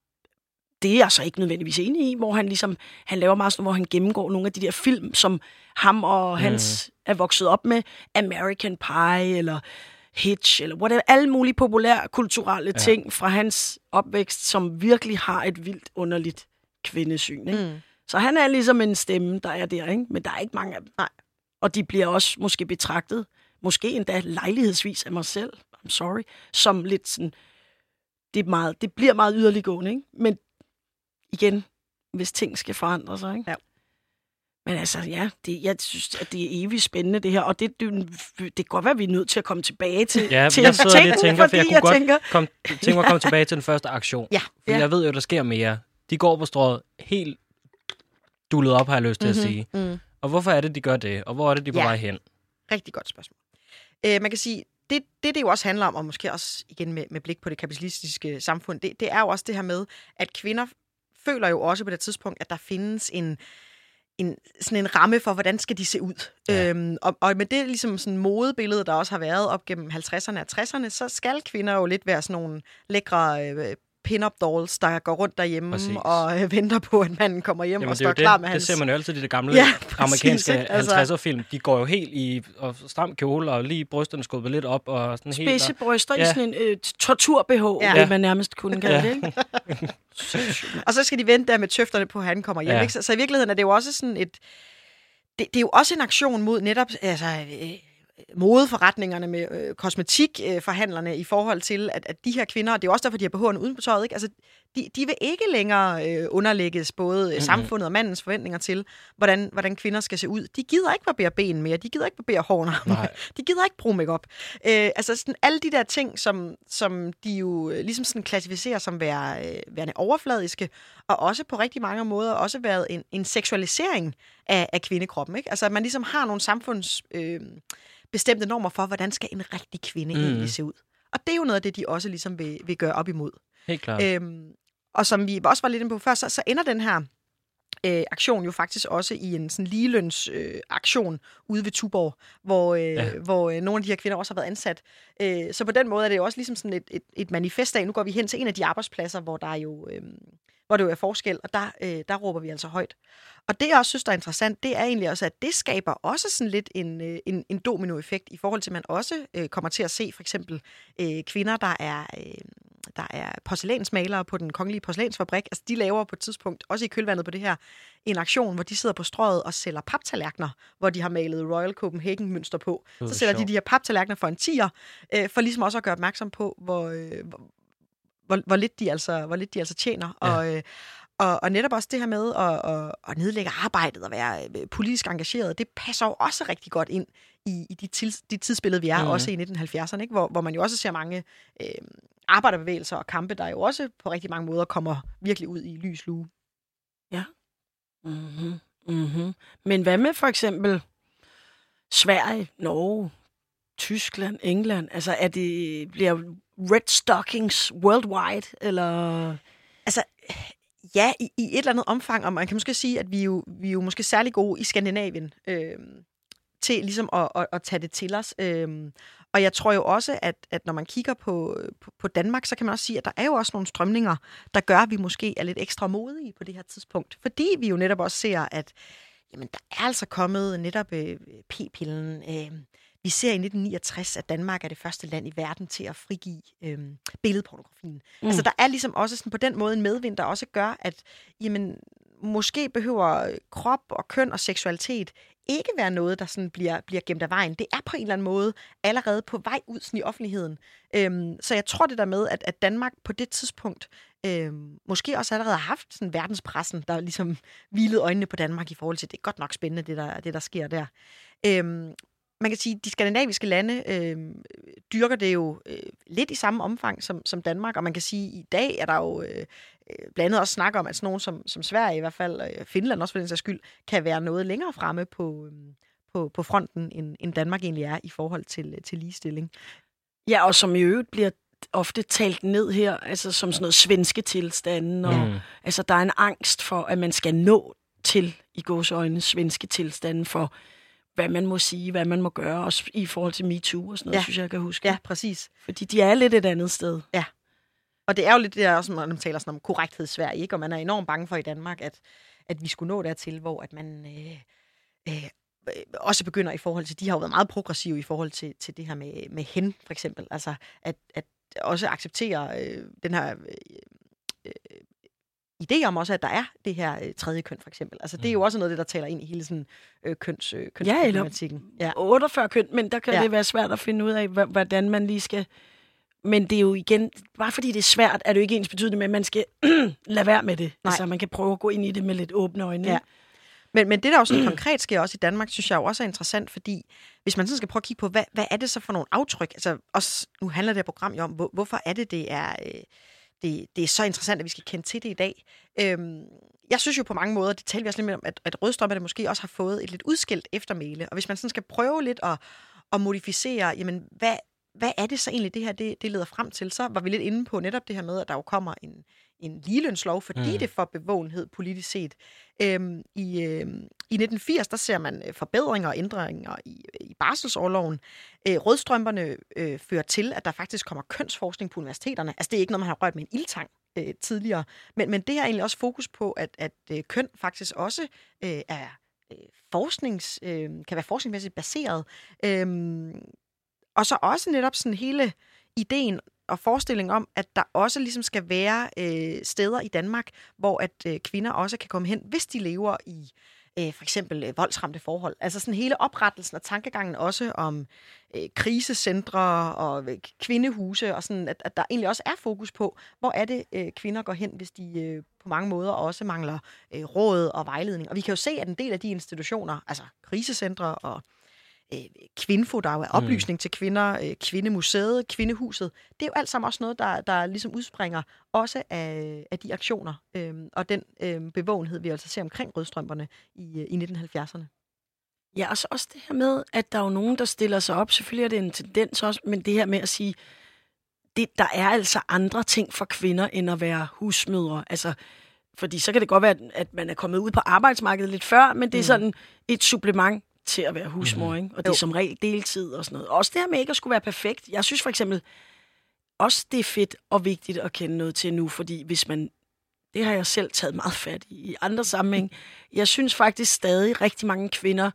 det er jeg så ikke nødvendigvis enig i, hvor han ligesom, han laver meget sådan, hvor han gennemgår nogle af de der film, som ham og hans mm. er vokset op med, American Pie, eller Hitch, eller whatever, alle mulige populære kulturelle ja. ting fra hans opvækst, som virkelig har et vildt underligt kvindesyn. Ikke? Mm. Så han er ligesom en stemme, der er der, ikke? Men der er ikke mange af dem. Nej. Og de bliver også måske betragtet, måske endda lejlighedsvis af mig selv, I'm sorry, som lidt sådan, det, er meget, det bliver meget yderliggående, ikke? Men igen, hvis ting skal forandre sig, ikke? Ja. Men altså, ja, det, jeg synes, at det er evigt spændende, det her. Og det, det, det kan godt være, at vi er nødt til at komme tilbage til Ja, til jeg sidder lige og tænker, for jeg kunne jeg godt tænker, komme, tænke mig at komme tilbage til den første aktion. Ja. For ja. jeg ved jo, der sker mere. De går på strået helt dullet op, har jeg lyst til mm-hmm. at sige. Mm. Og hvorfor er det, de gør det? Og hvor er det, de er på ja. vej hen? Rigtig godt spørgsmål. Øh, man kan sige, det, det, det jo også handler om, og måske også igen med, med blik på det kapitalistiske samfund, det, det er jo også det her med, at kvinder føler jo også på det tidspunkt, at der findes en, en, sådan en ramme for, hvordan skal de se ud. Ja. Øhm, og, og med det ligesom sådan modebillede, der også har været op gennem halvtredserne og tresserne, så skal kvinder jo lidt være sådan nogle lækre øh, pin-up dolls, der går rundt derhjemme Præcis. og øh, venter på, at manden kommer hjem Jamen, og står klar det. med hans... Det ser man jo altid i de gamle ja, amerikanske altså... halvtredser-film. De går jo helt i og stram kjole, og lige brysterne skubbet lidt op. Og sådan helt, Spidse bryster ja. i sådan en øh, tortur-B H, ja. vil man nærmest kunne kalde ja. det. Og så skal de vente der med tøfterne på, at han kommer hjem. Ja. Ikke? Så, så i virkeligheden er det jo også sådan et... Det, det er jo også en aktion mod netop... Altså, øh, modeforretningerne med øh, kosmetikforhandlerne øh, i forhold til, at, at de her kvinder, og det er jo også derfor, de har behoverne uden på tøjet, ikke? Altså, de, de vil ikke længere øh, underlægges både mm-hmm. samfundet og mandens forventninger til, hvordan, hvordan kvinder skal se ud. De gider ikke barbere ben mere, de gider ikke barbere hårene mere, de gider ikke bruge makeup. Øh, altså sådan alle de der ting, som, som de jo øh, ligesom sådan klassificerer som være, øh, værende overfladiske, og også på rigtig mange måder også været en, en seksualisering af, af kvindekroppen. Ikke? Altså at man ligesom har nogle samfunds... Øh, bestemte normer for, hvordan skal en rigtig kvinde mm. egentlig se ud. Og det er jo noget af det, de også ligesom vil, vil gøre op imod. Helt klart. Øhm, og som vi også var lidt inde på før, så, så ender den her øh, aktion jo faktisk også i en sådan ligeløns øh, aktion ude ved Tuborg, hvor, øh, ja. hvor øh, nogle af de her kvinder også har været ansat. Øh, så på den måde er det jo også ligesom sådan et, et, et manifest af. Nu går vi hen til en af de arbejdspladser, hvor der er jo... Øh, hvor det jo er forskel, og der, øh, der råber vi altså højt. Og det, jeg også synes, der er interessant, det er egentlig også, at det skaber også sådan lidt en, en, en dominoeffekt i forhold til, at man også øh, kommer til at se for eksempel øh, kvinder, der er, øh, der er porcelænsmalere på den kongelige porcelænsfabrik. Altså, de laver på et tidspunkt, også i kølvandet på det her, en aktion, hvor de sidder på strøget og sælger paptallerkener, hvor de har malet Royal Copenhagen-mønster på. Så sælger de de her paptallerkener for en tier, øh, for ligesom også at gøre opmærksom på, hvor... Øh, hvor Hvor, hvor, lidt de altså, hvor lidt de altså tjener. Ja. Og, øh, og, og netop også det her med at, at, at nedlægge arbejdet og være politisk engageret, det passer jo også rigtig godt ind i, i de, tids, de tidsbillede, vi er, mm. også i nitten halvfjerdserne, ikke? Hvor, hvor man jo også ser mange øh, arbejderbevægelser og kampe, der jo også på rigtig mange måder kommer virkelig ud i lys lue. Ja. Mm-hmm. Mm-hmm. Men hvad med for eksempel Sverige, Norge, Tyskland, England? Altså, er det, bliver red stockings worldwide, eller? Altså, ja, i, i et eller andet omfang, og man kan måske sige, at vi jo, vi er jo måske særlig gode i Skandinavien. Øh, til ligesom at, at, at tage det til os. Øhm, og jeg tror jo også, at, at når man kigger på, på, på Danmark, så kan man også sige, at der er jo også nogle strømninger, der gør, at vi måske er lidt ekstra modige på det her tidspunkt. Fordi vi jo netop også ser, at jamen, der er altså kommet netop øh, p-pillen. Øh, vi ser i nitten niogtres, at Danmark er det første land i verden til at frigive øh, billedpornografien. Mm. Altså der er ligesom også sådan på den måde en medvind, der også gør, at jamen, måske behøver krop og køn og seksualitet ikke være noget, der sådan bliver, bliver gemt af vejen. Det er på en eller anden måde allerede på vej ud sådan i offentligheden. Øhm, så jeg tror det der med, at, at Danmark på det tidspunkt øhm, måske også allerede har haft sådan verdenspressen, der ligesom hvilede øjnene på Danmark i forhold til, det er godt nok spændende, det der, det der sker der. Øhm, man kan sige, at de skandinaviske lande øh, dyrker det jo øh, lidt i samme omfang som, som Danmark, og man kan sige, at i dag er der jo øh, blandt andet også snak om, at sådan nogen som, som Sverige i hvert fald, og Finland også for den sags skyld, kan være noget længere fremme på, øh, på, på fronten, end, end Danmark egentlig er i forhold til, til ligestilling. Ja, og som i øvrigt bliver ofte talt ned her, altså som sådan noget svenske tilstande, og mm. altså der er en angst for, at man skal nå til, i gåseøjne, svenske tilstande for, hvad man må sige, hvad man må gøre, også i forhold til MeToo og sådan noget, ja. Synes jeg, jeg kan huske. Ja, præcis. Fordi de er lidt et andet sted. Ja. Og det er jo lidt det der, som man taler sådan om korrekthed i Sverige, ikke? Og man er enormt bange for i Danmark, at, at vi skulle nå dertil, hvor at man øh, øh, også begynder i forhold til, de har jo været meget progressive i forhold til, til det her med, med hen, for eksempel. Altså, at, at også acceptere øh, den her øh, øh, idé om også, at der er det her øh, tredje køn, for eksempel. Altså, det er jo også noget af det, der taler ind i hele sådan øh, køns, øh, kønsproblematikken. Ja, eller otteogfyrre køn, men der kan ja. det være svært at finde ud af, hvordan man lige skal. Men det er jo igen, bare fordi det er svært, er det jo ikke ens betydende med, at man skal lade være med det. Nej. Altså, man kan prøve at gå ind i det med lidt åbne øjne. Ja. Men, men det, der jo sådan konkret sker også i Danmark, synes jeg jo også er interessant, fordi hvis man sådan skal prøve at kigge på, hvad, hvad er det så for nogle aftryk? Altså, også, nu handler det her program jo om, hvor, hvorfor er det, det er... Øh, Det, det er så interessant, at vi skal kende til det i dag. Øhm, jeg synes jo på mange måder, det taler vi også lidt med om, at, at rødstrømperne måske også har fået et lidt udskilt eftermæle. Og hvis man sådan skal prøve lidt at, at modificere, jamen hvad, hvad er det så egentlig, det her det, det leder frem til? Så var vi lidt inde på netop det her med, at der jo kommer en, en ligelønslov, fordi mm. det får bevågenhed politisk set. Øhm, i, øhm, I nitten firs, der ser man forbedringer og ændringer i, i barselsorloven. Øh, rødstrømperne øh, fører til, at der faktisk kommer kønsforskning på universiteterne. Altså det er ikke noget, man har rørt med en ildtang øh, tidligere. Men, men det har egentlig også fokus på, at, at øh, køn faktisk også øh, er øh, forsknings, øh, kan være forskningsmæssigt baseret. Øh, og så også netop sådan hele ideen og forestilling om, at der også ligesom skal være øh, steder i Danmark, hvor at øh, kvinder også kan komme hen, hvis de lever i øh, for eksempel øh, voldsramte forhold. Altså sådan hele oprettelsen og tankegangen også om øh, krisecentre og øh, kvindehuse, og sådan, at, at der egentlig også er fokus på, hvor er det øh, kvinder går hen, hvis de øh, på mange måder også mangler øh, råd og vejledning. Og vi kan jo se, at en del af de institutioner, altså krisecentre og Kvinfo, der er oplysning mm. til kvinder, Kvindemuseet, Kvindehuset. Det er jo alt sammen også noget, der, der ligesom udspringer også af, af de aktioner øhm, og den øhm, bevågenhed, vi altså ser omkring rødstrømperne i, i nitten halvfjerdserne. Ja, og så også det her med, at der er jo nogen, der stiller sig op. Selvfølgelig er det en tendens også, men det her med at sige, det, der er altså andre ting for kvinder, end at være husmødre. Altså, fordi så kan det godt være, at man er kommet ud på arbejdsmarkedet lidt før, men det er sådan et supplement til at være husmor, mm-hmm. ikke? Og det er som regel deltid og sådan noget. Også det her med ikke at skulle være perfekt. Jeg synes for eksempel også, det er fedt og vigtigt at kende noget til nu, fordi hvis man, det har jeg selv taget meget fat i i andre sammenhæng. Jeg synes faktisk stadig rigtig mange kvinder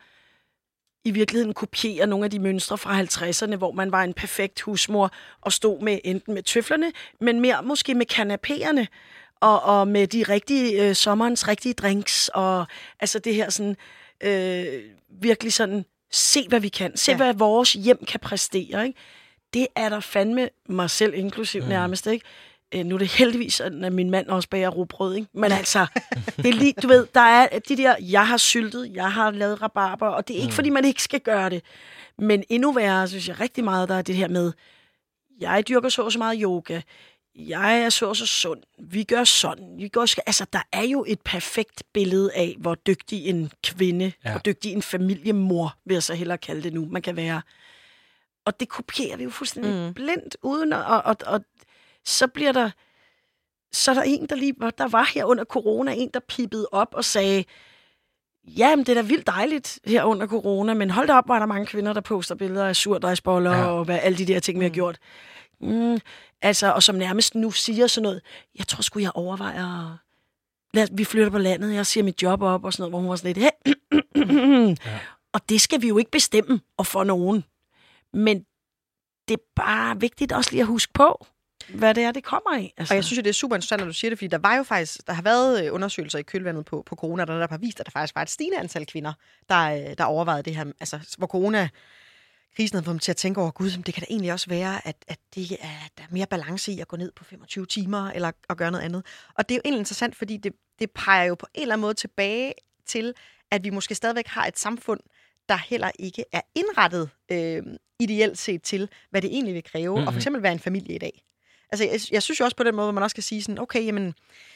i virkeligheden kopierer nogle af de mønstre fra halvtredserne, hvor man var en perfekt husmor og stod med enten med tøflerne, men mere måske med kanapéerne og, og med de rigtige øh, sommerens rigtige drinks og altså det her sådan Øh, virkelig sådan, se hvad vi kan, se ja. hvad vores hjem kan præstere, ikke? Det er der fandme mig selv inklusiv mm. nærmest, ikke? Øh, nu er det heldigvis sådan, at min mand også bager rugbrød, ikke? Men altså, det er lige, du ved, der er de der, jeg har syltet, jeg har lavet rabarber, og det er ikke, mm. fordi man ikke skal gøre det. Men endnu værre, synes jeg rigtig meget, der er det her med, jeg dyrker så så meget yoga, jeg er så så sund, vi gør sådan, vi gør skal, altså der er jo et perfekt billede af, hvor dygtig en kvinde, ja. hvor dygtig en familiemor, vil jeg så hellere kalde det nu, man kan være. Og det kopierer vi jo fuldstændig mm. blindt, uden at, og, og, og så bliver der, så er der en, der lige, der var her under corona, en, der pippede op og sagde, ja, men det er da vildt dejligt her under corona, men hold da op, var der mange kvinder, der poster billeder af surdejsboller ja. og hvad, alle de der ting, vi har gjort. Mm, altså, og som nærmest nu siger sådan noget, jeg tror sgu, jeg overvejer, lad, vi flytter på landet, jeg siger mit job op og sådan noget, hvor hun var sådan lidt, hey. ja. Og det skal vi jo ikke bestemme og for nogen. Men det er bare vigtigt også lige at huske på, hvad det er, det kommer i. Altså. Og jeg synes, det er super interessant, når du siger det, fordi der var jo faktisk, der har været undersøgelser i kølvandet på, på corona, der, der har vist, at der faktisk var et stigende antal kvinder, der, der overvejede det her, altså hvor corona-krisen havde fået dem til at tænke over, gud, det kan da egentlig også være, at, at det er, der er mere balance i at gå ned på femogtyve timer, eller at gøre noget andet. Og det er jo egentlig interessant, fordi det, det peger jo på en eller anden måde tilbage til, at vi måske stadigvæk har et samfund, der heller ikke er indrettet øh, ideelt set til, hvad det egentlig vil kræve, mm-hmm. og for eksempel være en familie i dag. Altså, jeg, jeg synes jo også på den måde, hvor man også kan sige sådan, okay, jamen,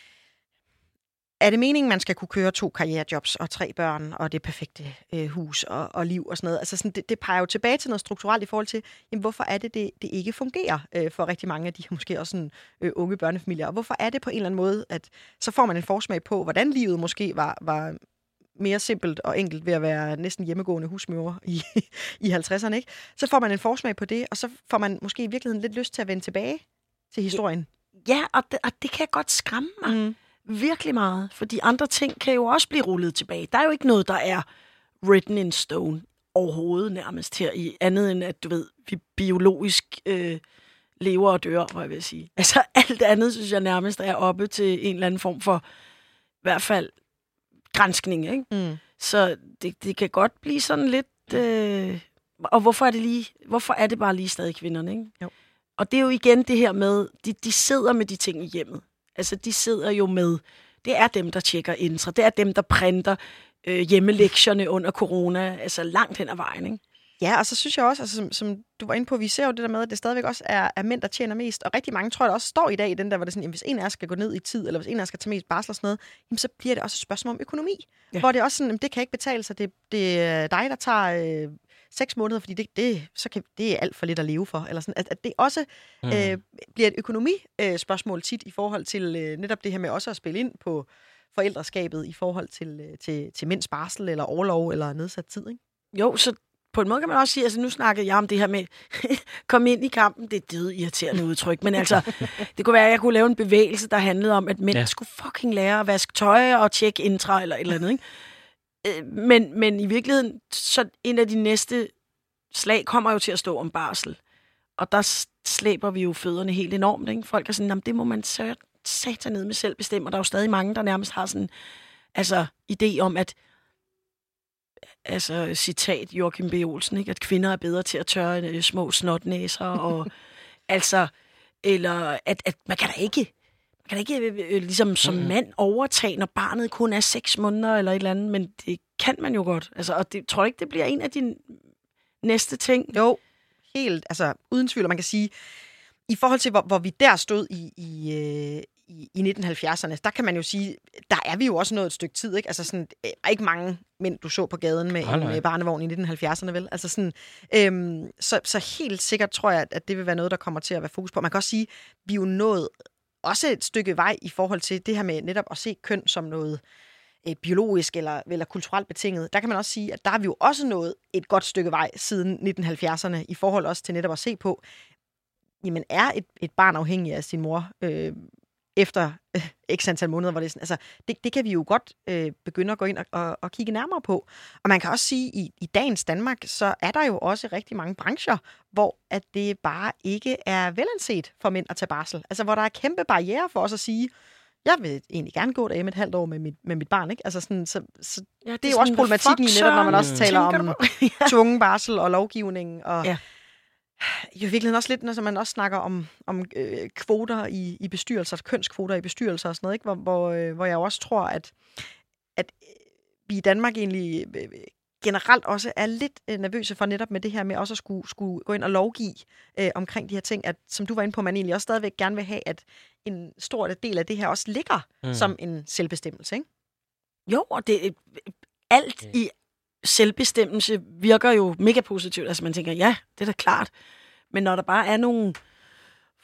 er det meningen, man skal kunne køre to karrierejobs og tre børn og det perfekte øh, hus og, og liv og sådan noget? Altså, sådan, det, det peger jo tilbage til noget strukturelt i forhold til, jamen, hvorfor er det, det, det ikke fungerer øh, for rigtig mange af de måske også sådan, øh, unge børnefamilier? Og hvorfor er det på en eller anden måde, at så får man en forsmag på, hvordan livet måske var, var mere simpelt og enkelt ved at være næsten hjemmegående husmødre i, i halvtredserne, ikke? Så får man en forsmag på det, og så får man måske i virkeligheden lidt lyst til at vende tilbage til historien. Ja, og det, og det kan godt skræmme mig mm. virkelig meget, fordi andre ting kan jo også blive rullet tilbage. Der er jo ikke noget, der er written in stone overhovedet nærmest her i andet end, at du ved, vi biologisk øh, lever og dør, hvad jeg vil sige. Altså alt andet, synes jeg nærmest er oppe til en eller anden form for, i hvert fald, granskning, ikke? Mm. Så det, det kan godt blive sådan lidt... Øh, og hvorfor er det lige... Hvorfor er det bare lige stadig kvinderne, ikke? Jo. Og det er jo igen det her med, de, de sidder med de ting i hjemmet. Altså, de sidder jo med... Det er dem, der tjekker intra. Det er dem, der printer øh, hjemmelektierne under corona. Altså, langt hen ad vejen, ikke? Ja, og så synes jeg også, altså, som, som du var inde på, vi ser jo det der med, at det stadigvæk også er, er mænd, der tjener mest. Og rigtig mange tror jeg, der også står i dag i den der, hvor det er sådan, jamen, hvis en af os skal gå ned i tid, eller hvis en af os skal tage mest barsel og sådan noget, jamen, så bliver det også et spørgsmål om økonomi. Ja. Hvor det er også sådan, jamen, det kan ikke betale sig. Det, det er dig, der tager øh, seks måneder, fordi det, det, så kan, det er alt for lidt at leve for. Eller sådan, at, at det også mm. øh, bliver et økonomispørgsmål øh, tit i forhold til øh, netop det her med også at spille ind på forældreskabet i forhold til, øh, til, til mænds barsel, eller overlov, eller nedsat tid, ikke? Jo, så på en måde kan man også sige, altså nu snakkede jeg om det her med, kom ind i kampen, det er død irriterende udtryk, men altså, det kunne være, at jeg kunne lave en bevægelse, der handlede om, at mænd ja. skulle fucking lære at vaske tøj og tjekke intra eller et eller andet, ikke? Men, men i virkeligheden, så en af de næste slag kommer jo til at stå om barsel, og der slæber vi jo fødderne helt enormt, ikke? Folk er sådan, jamen det må man så satan ned med selv bestemme, og der er jo stadig mange, der nærmest har sådan, altså, idé om, at altså, citat Joachim B. Olsen, ikke? At kvinder er bedre til at tørre øh, små snotnæser, og altså, eller at, at man kan da ikke, man kan da ikke øh, ligesom som mm-hmm. mand overtage, når barnet kun er seks måneder eller et eller andet, men det kan man jo godt. Altså, og det tror jeg ikke, det bliver en af de næste ting. Jo, helt, altså uden tvivl, man kan sige, i forhold til, hvor, hvor vi der stod i, i, øh, i, i nitten halvfjerdserne, der kan man jo sige, der er vi jo også nået et stykke tid, ikke? Altså sådan, der er ikke mange mænd, du så på gaden med oh, en med barnevogn i nitten halvfjerdserne, vel? Altså sådan, øhm, så, så helt sikkert tror jeg, at det vil være noget, der kommer til at være fokus på. Man kan også sige, vi er jo nået også et stykke vej i forhold til det her med netop at se køn som noget øh, biologisk eller, eller kulturelt betinget. Der kan man også sige, at der har vi jo også nået et godt stykke vej siden nitten halvfjerdserne i forhold også til netop at se på, jamen er et, et barn afhængig af sin mor øh, efter øh, x antal måneder, hvor det er sådan, altså, det, det kan vi jo godt øh, begynde at gå ind og, og, og kigge nærmere på. Og man kan også sige, at i, i dagens Danmark, så er der jo også rigtig mange brancher, hvor at det bare ikke er velanset for mænd at tage barsel. Altså, hvor der er kæmpe barriere for os at sige, jeg vil egentlig gerne gå derhjemme et halvt år med mit, med mit barn, ikke? Altså sådan, så, så ja, det, det er jo også problematikken i netop, når man også taler om ja. tvungen barsel og lovgivning og ja. Jo, i virkeligheden også lidt, når man også snakker om, om øh, kvoter i, i bestyrelser, kønskvoter i bestyrelser og sådan noget, ikke? Hvor, hvor, øh, hvor jeg også tror, at, at vi i Danmark egentlig øh, generelt også er lidt øh, nervøse for netop med det her med også at skulle, skulle gå ind og lovgive øh, omkring de her ting, at som du var inde på, man egentlig også stadigvæk gerne vil have, at en stor del af det her også ligger mm. som en selvbestemmelse, ikke? Jo, og det alt okay. i selvbestemmelse virker jo mega positivt. Altså man tænker, ja, det er da klart. Men når der bare er nogle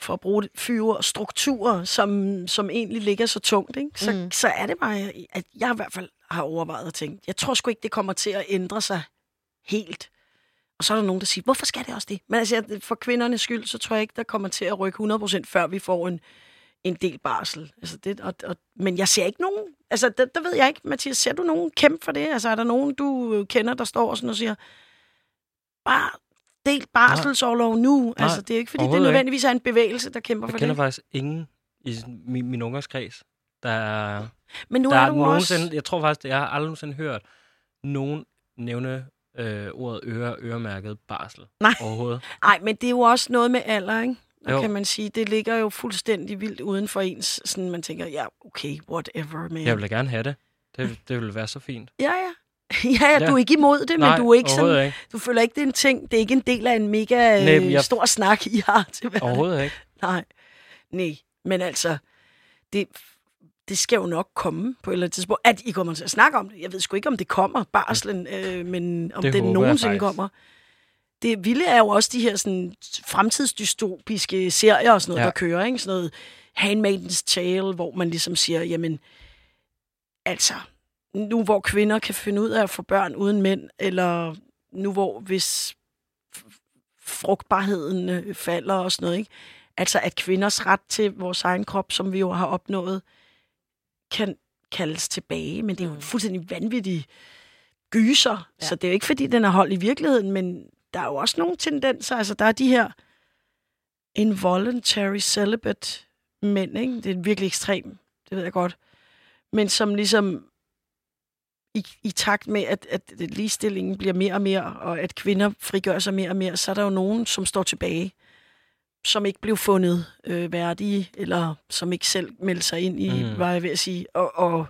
for at bruge det, fyre strukturer, som, som egentlig ligger så tungt, ikke? Så, mm. så er det bare, at jeg i hvert fald har overvejet og tænkt, jeg tror sgu ikke, det kommer til at ændre sig helt. Og så er der nogen, der siger, hvorfor skal det også det? Men altså, for kvindernes skyld, så tror jeg ikke, der kommer til at rykke hundrede procent, før vi får en, en del barsel. Altså det, og, og, men jeg ser ikke nogen, altså der, der ved jeg ikke, Mathias, ser du nogen kæmpe for det? Altså er der nogen, du kender, der står sådan og siger, bare del barselsorlov nu. Nej, altså det er ikke, fordi det nødvendigvis er en bevægelse, der kæmper jeg for det. Jeg kender faktisk ingen i min, min ungers der er... Men nu der er, er du nogensinde, også... Jeg tror faktisk, jeg har aldrig nogensinde hørt nogen nævne øh, ordet øre, øremærket barsel. Nej. Overhovedet. Nej, men det er jo også noget med alder, ikke? Og jo. Kan man sige, det ligger jo fuldstændig vildt uden for ens, sådan man tænker, ja, okay, whatever, man. Jeg vil da gerne have det. Det, det ville være så fint. Ja, ja. Ja, ja, du er ikke imod det, Nej, men du er ikke sådan, ikke. Du føler ikke, det er en ting, det er ikke en del af en mega Nej, jeg... stor snak, I har til hverdag. Overhovedet ikke. Nej, nej, men altså, det, det skal jo nok komme på et eller andet tidspunkt, at I kommer til at snakke om det. Jeg ved sgu ikke, om det kommer, barslen, øh, men om det, det nogensinde kommer. Det vilde er jo også de her sådan, fremtidsdystopiske serier og sådan noget, ja. Der kører, ikke? Sådan noget Handmaid's Tale, hvor man ligesom siger, jamen, altså, nu hvor kvinder kan finde ud af at få børn uden mænd, eller nu hvor hvis frugtbarheden falder og sådan noget, ikke? Altså, at kvinders ret til vores egen krop, som vi jo har opnået, kan kaldes tilbage, men det er jo en fuldstændig vanvittig gyser, ja. Så det er jo ikke, fordi den er holdt i virkeligheden, men der er jo også nogle tendenser, altså der er de her involuntary celibate mænd, ikke? Det er virkelig ekstremt, det ved jeg godt, men som ligesom i, i takt med, at, at ligestillingen bliver mere og mere, og at kvinder frigør sig mere og mere, så er der jo nogen, som står tilbage, som ikke blev fundet øh, værdige, eller som ikke selv melder sig ind i, mm. hvad jeg vil sige, og, og,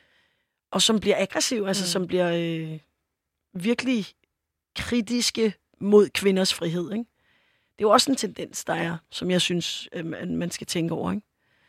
og som bliver aggressiv, altså mm. som bliver øh, virkelig kritiske mod kvinders frihed, ikke? Det er jo også en tendens, der er, som jeg synes, øh, man skal tænke over, ikke?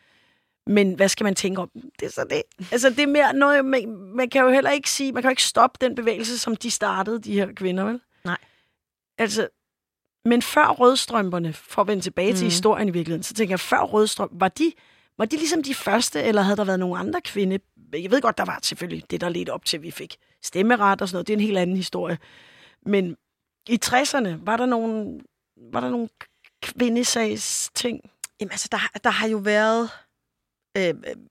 Men hvad skal man tænke om? Det er så det. Altså, det er mere noget, man, man kan jo heller ikke sige, man kan jo ikke stoppe den bevægelse, som de startede, de her kvinder, vel? Nej. Altså, men før rødstrømperne, for at vende tilbage mm. til historien i virkeligheden, så tænker jeg, før rødstrøm, var de, var de ligesom de første, eller havde der været nogle andre kvinde? Jeg ved godt, der var selvfølgelig det, der ledte op til, at vi fik stemmeret og sådan noget. Det er en helt anden historie. Men i tresserne, var der nogle, var der nogle kvindesags ting? Jamen altså, der, der har jo været øh,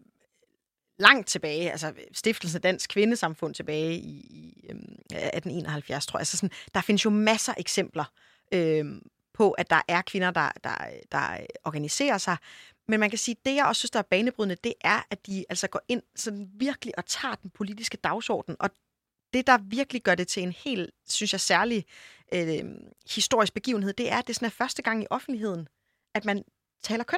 langt tilbage, altså stiftelsen af Dansk Kvindesamfund tilbage i, i øh, atten enoghalvfjerds, tror jeg. Altså sådan, der findes jo masser af eksempler øh, på, at der er kvinder, der, der, der organiserer sig. Men man kan sige, at det, jeg også synes, der er banebrydende, det er, at de altså går ind sådan virkelig og tager den politiske dagsorden. Og det, der virkelig gør det til en helt, synes jeg, særlig øh, historisk begivenhed, det er, at det sådan er første gang i offentligheden, at man taler køn.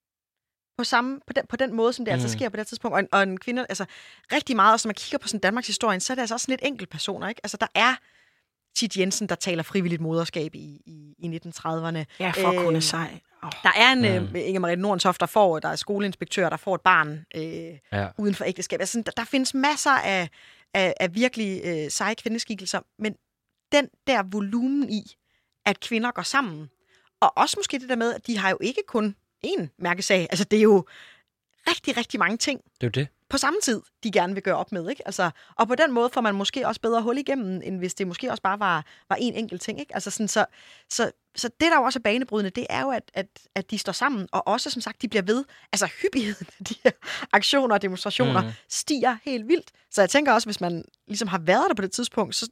På, samme, på, den, på den måde, som det mm. altså sker på det tidspunkt. Og en, og en kvinde, altså rigtig meget, og når man kigger på sådan Danmarks historie, så er det altså også sådan lidt enkeltpersoner, ikke? Altså der er Tit Jensen, der taler frivilligt moderskab i, i, i nitten trediverne. Ja, for at kunne sej. Oh. Der er en mm. uh, Inger Marie Nordentoft, der får, der er skoleinspektør, der får et barn øh, ja. uden for ægteskab. Altså, der, der findes masser af, af, af virkelig øh, seje kvindeskikkelser, men den der volumen i, at kvinder går sammen, og også måske det der med, at de har jo ikke kun én mærkesag. Altså, det er jo rigtig, rigtig mange ting. Det er jo det. På samme tid, de gerne vil gøre op med, ikke? Altså, og på den måde får man måske også bedre hul igennem, end hvis det måske også bare var, var en enkelt ting, ikke? Altså sådan, så, så, så det, der jo også er banebrydende, det er jo, at, at, at de står sammen, og også, som sagt, de bliver ved. Altså, hyppigheden af de her aktioner og demonstrationer mm. stiger helt vildt. Så jeg tænker også, hvis man ligesom har været der på det tidspunkt, så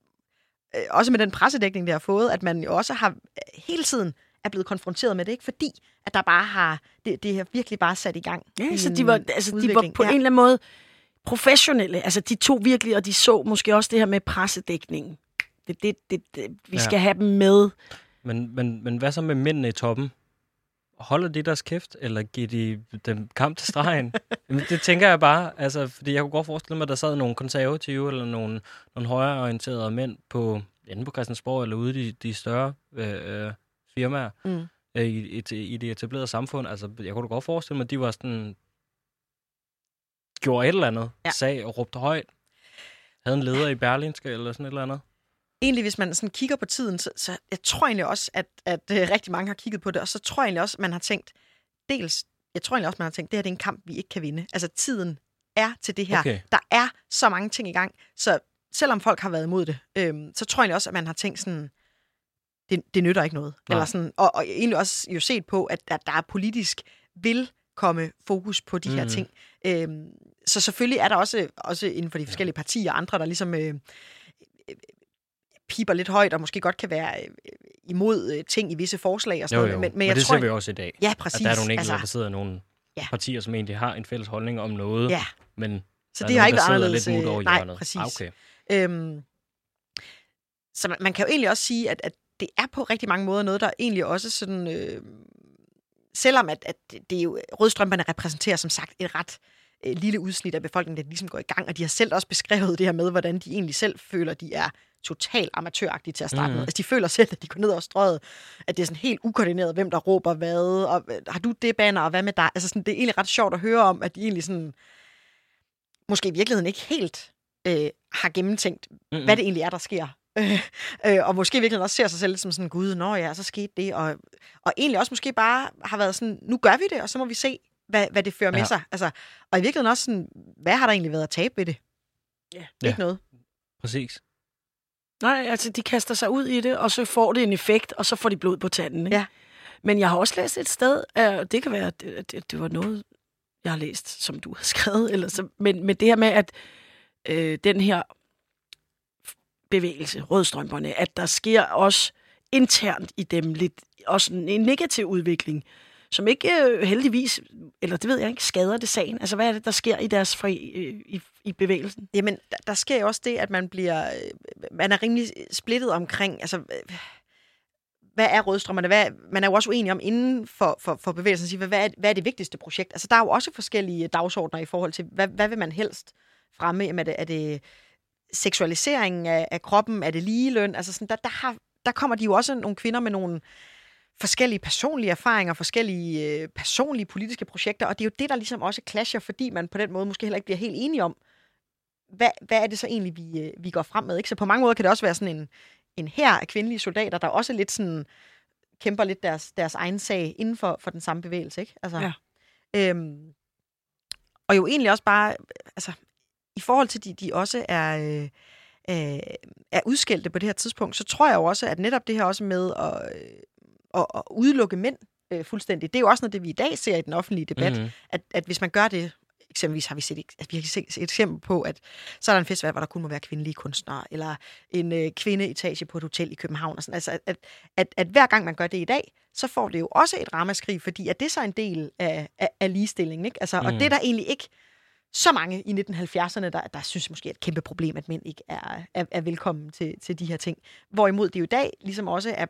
øh, også med den pressedækning, der har fået, at man jo også har hele tiden er blevet konfronteret med det, ikke? Fordi at der bare har, det, det har virkelig bare sat i gang. Ja, så de var, altså, de var på ja. en eller anden måde professionelle. Altså, de tog virkelig, og de så måske også det her med pressedækningen. Det, det, det, det, vi ja. skal have dem med. Men, men, men hvad så med mændene i toppen? Holder de deres kæft, eller giver de dem kamp til stregen? Jamen, det tænker jeg bare, altså, fordi jeg kunne godt forestille mig, at der sad nogle konservative, eller nogle, nogle højreorienterede mænd på, enten på Christiansborg, eller ude i de, de større øh, firmaer, mm. øh, i, i, i det etablerede samfund. Altså, jeg kunne da godt forestille mig, at de var sådan, gjorde et eller andet, ja. sag og råbte højt. Havde en leder i Berlingske, eller sådan et eller andet. egentlig, hvis man sådan kigger på tiden, så, så jeg tror egentlig også, at, at uh, rigtig mange har kigget på det, og så tror jeg egentlig også, at man har tænkt, dels, jeg tror egentlig også, man har tænkt, det her det er en kamp, vi ikke kan vinde. Altså, tiden er til det her. Okay. Der er så mange ting i gang, så selvom folk har været imod det, øhm, så tror jeg egentlig også, at man har tænkt sådan, det, det nytter ikke noget. Eller sådan, og, og egentlig også jo set på, at, at der er politisk vil komme fokus på de mm. her ting. Øhm, så selvfølgelig er der også, også inden for de forskellige ja. partier og andre, der ligesom øh, øh, piper lidt højt, og måske godt kan være øh, imod øh, ting i visse forslag og sådan jo, jo. noget. Men, men, men jeg det tror, ser vi også i dag. Ja, præcis. At der er nogle enkelte, altså, der sidder nogle ja. partier, som egentlig har en fælles holdning om noget, ja. men så der det er har nogen, ikke der været sidder anderledes. lidt mut over nej, hjørnet. præcis. Ah, okay. Øhm, så man, man kan jo egentlig også sige, at, at det er på rigtig mange måder noget, der egentlig også sådan... Øh, selvom at, at det er jo, rødstrømperne repræsenterer som sagt et ret øh, lille udsnit af befolkningen, der ligesom går i gang, og de har selv også beskrevet det her med, hvordan de egentlig selv føler, de er totalt amatøragtige til at starte mm. med. Altså de føler selv, at de går ned over strøget, at det er sådan helt ukoordineret, hvem der råber hvad, og har du det banner, og hvad med dig? Altså sådan, det er egentlig ret sjovt at høre om, at de egentlig sådan, måske i virkeligheden ikke helt øh, har gennemtænkt, mm-hmm. hvad det egentlig er, der sker. øh, og måske virkelig også ser sig selv som sådan, gud, nå ja, så skete det, og, og egentlig også måske bare har været sådan, nu gør vi det, og så må vi se, hvad, hvad det fører ja. med sig. Altså, og i virkeligheden også sådan, hvad har der egentlig været at tabe ved det? Ja, ikke ja. noget. Præcis. Nej, altså de kaster sig ud i det, og så får det en effekt, og så får de blod på tanden. Ikke? Ja. Men jeg har også læst et sted, og det kan være, at det, det, det var noget, jeg har læst, som du har skrevet, eller så, men, men det her med, at øh, den her bevægelse, rødstrømperne, at der sker også internt i dem lidt også en, en negativ udvikling, som ikke øh, heldigvis, eller det ved jeg ikke, skader det sagen. Altså, hvad er det, der sker i deres fri, øh, i, i bevægelsen? Jamen, der, der sker jo også det, at man bliver, øh, man er rimelig splittet omkring, altså, øh, hvad er rødstrømmerne? Hvad, man er jo også uenig om inden for, for, for bevægelsen, hvad er, hvad er det vigtigste projekt? Altså, der er jo også forskellige dagsordner i forhold til, hvad, hvad vil man helst fremme? Jamen, er det, er det seksualiseringen af, af kroppen? Er det ligeløn? Altså, sådan, der, der, har, der kommer de jo også nogle kvinder med nogle forskellige personlige erfaringer, forskellige øh, personlige politiske projekter, og det er jo det, der ligesom også clasher, fordi man på den måde måske heller ikke bliver helt enige om, hvad, hvad er det så egentlig, vi, øh, vi går frem med, ikke? Så på mange måder kan det også være sådan en, en hær af kvindelige soldater, der også lidt sådan kæmper lidt deres, deres egen sag inden for, for den samme bevægelse, ikke? Altså, ja. øhm, og jo egentlig også bare, altså, i forhold til, de, de også er, øh, øh, er udskældte på det her tidspunkt, så tror jeg jo også, at netop det her også med at øh, Og, og udelukke mænd øh, fuldstændig. Det er jo også noget, det vi i dag ser i den offentlige debat, mm-hmm. at, at hvis man gør det, eksempelvis har vi set, at vi har set et eksempel på, at så er der en festival, hvor der kun må være kvindelige kunstnere, eller en øh, kvindeetage på et hotel i København. Og sådan. Altså, at, at, at, at hver gang man gør det i dag, så får det jo også et ramaskrig, fordi at det så er en del af, af, af ligestillingen. Ikke? Altså, mm-hmm. Og det er der egentlig ikke så mange i nitten halvfjerdserne, der, der synes måske er et kæmpe problem, at mænd ikke er, er, er velkommen til, til de her ting. Hvorimod det jo i dag ligesom også er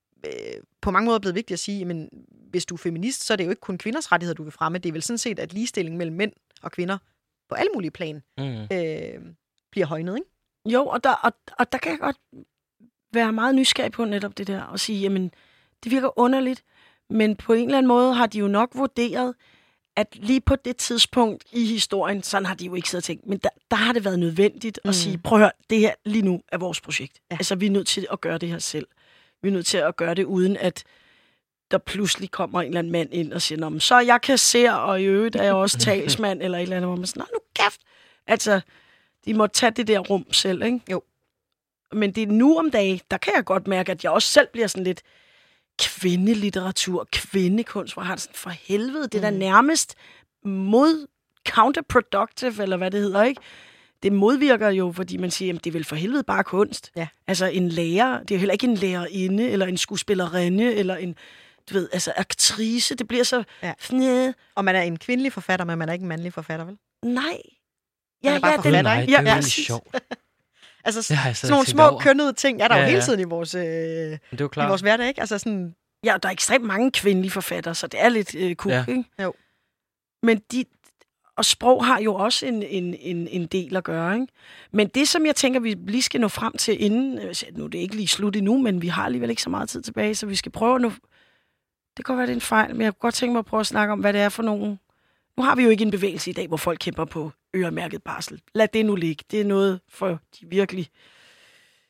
på mange måder blevet vigtigt at sige, men hvis du er feminist, så er det jo ikke kun kvinders rettigheder, du vil fremme. Det er vel sådan set, at ligestilling mellem mænd og kvinder på alle mulige plan mm. øh, bliver højnet, ikke? Jo, og der, og, og der kan jeg godt være meget nysgerrig på netop det der, og sige, jamen, det virker underligt, men på en eller anden måde har de jo nok vurderet, at lige på det tidspunkt i historien, sådan har de jo ikke siddet og tænkt, men der, der har det været nødvendigt mm. at sige, prøv at høre, det her lige nu er vores projekt. Ja. Altså, vi er nødt til at gøre det her selv. Vi er nødt til at gøre det, uden at der pludselig kommer en eller anden mand ind og siger, nå, så jeg kasserer, og i øvrigt er jeg også talsmand, eller et eller andet, hvor man siger, nå, nu kæft. Altså, de må tage det der rum selv, ikke? Jo. Men det er nu om dagen, der kan jeg godt mærke, at jeg også selv bliver sådan lidt kvindelitteratur, kvindekunst, hvor jeg har det sådan, for helvede, det er mm. da nærmest mod counterproductive, eller hvad det hedder, ikke? Det modvirker jo, fordi man siger, at det er vel for helvede bare kunst. Ja. Altså en lærer, det er jo heller ikke en lærerinde, eller en skuespillerinde, eller en, du ved, altså aktrice, det bliver så... Ja. Fnæ. Og man er en kvindelig forfatter, men man er ikke en mandlig forfatter, vel? Nej. Ja, ja, det, nej, det er jo ja, sjovt. Altså, sådan nogle små over. kønnede ting er der ja, jo hele tiden i vores, øh, det er jo klart. i vores hverdag, ikke? Altså sådan... Ja, der er ekstremt mange kvindelige forfattere, så det er lidt øh, cool, ja. Ikke? Jo. Men de... Og sprog har jo også en, en, en, en del at gøre, ikke? Men det, som jeg tænker, vi lige skal nå frem til inden... Nu er det ikke lige slut endnu, men vi har alligevel ikke så meget tid tilbage, så vi skal prøve at nå... Det kan godt være, det er en fejl, men jeg kunne godt tænke mig at prøve at snakke om, hvad det er for nogle... Nu har vi jo ikke en bevægelse i dag, hvor folk kæmper på øremærket barsel. Lad det nu ligge. Det er noget for de virkelig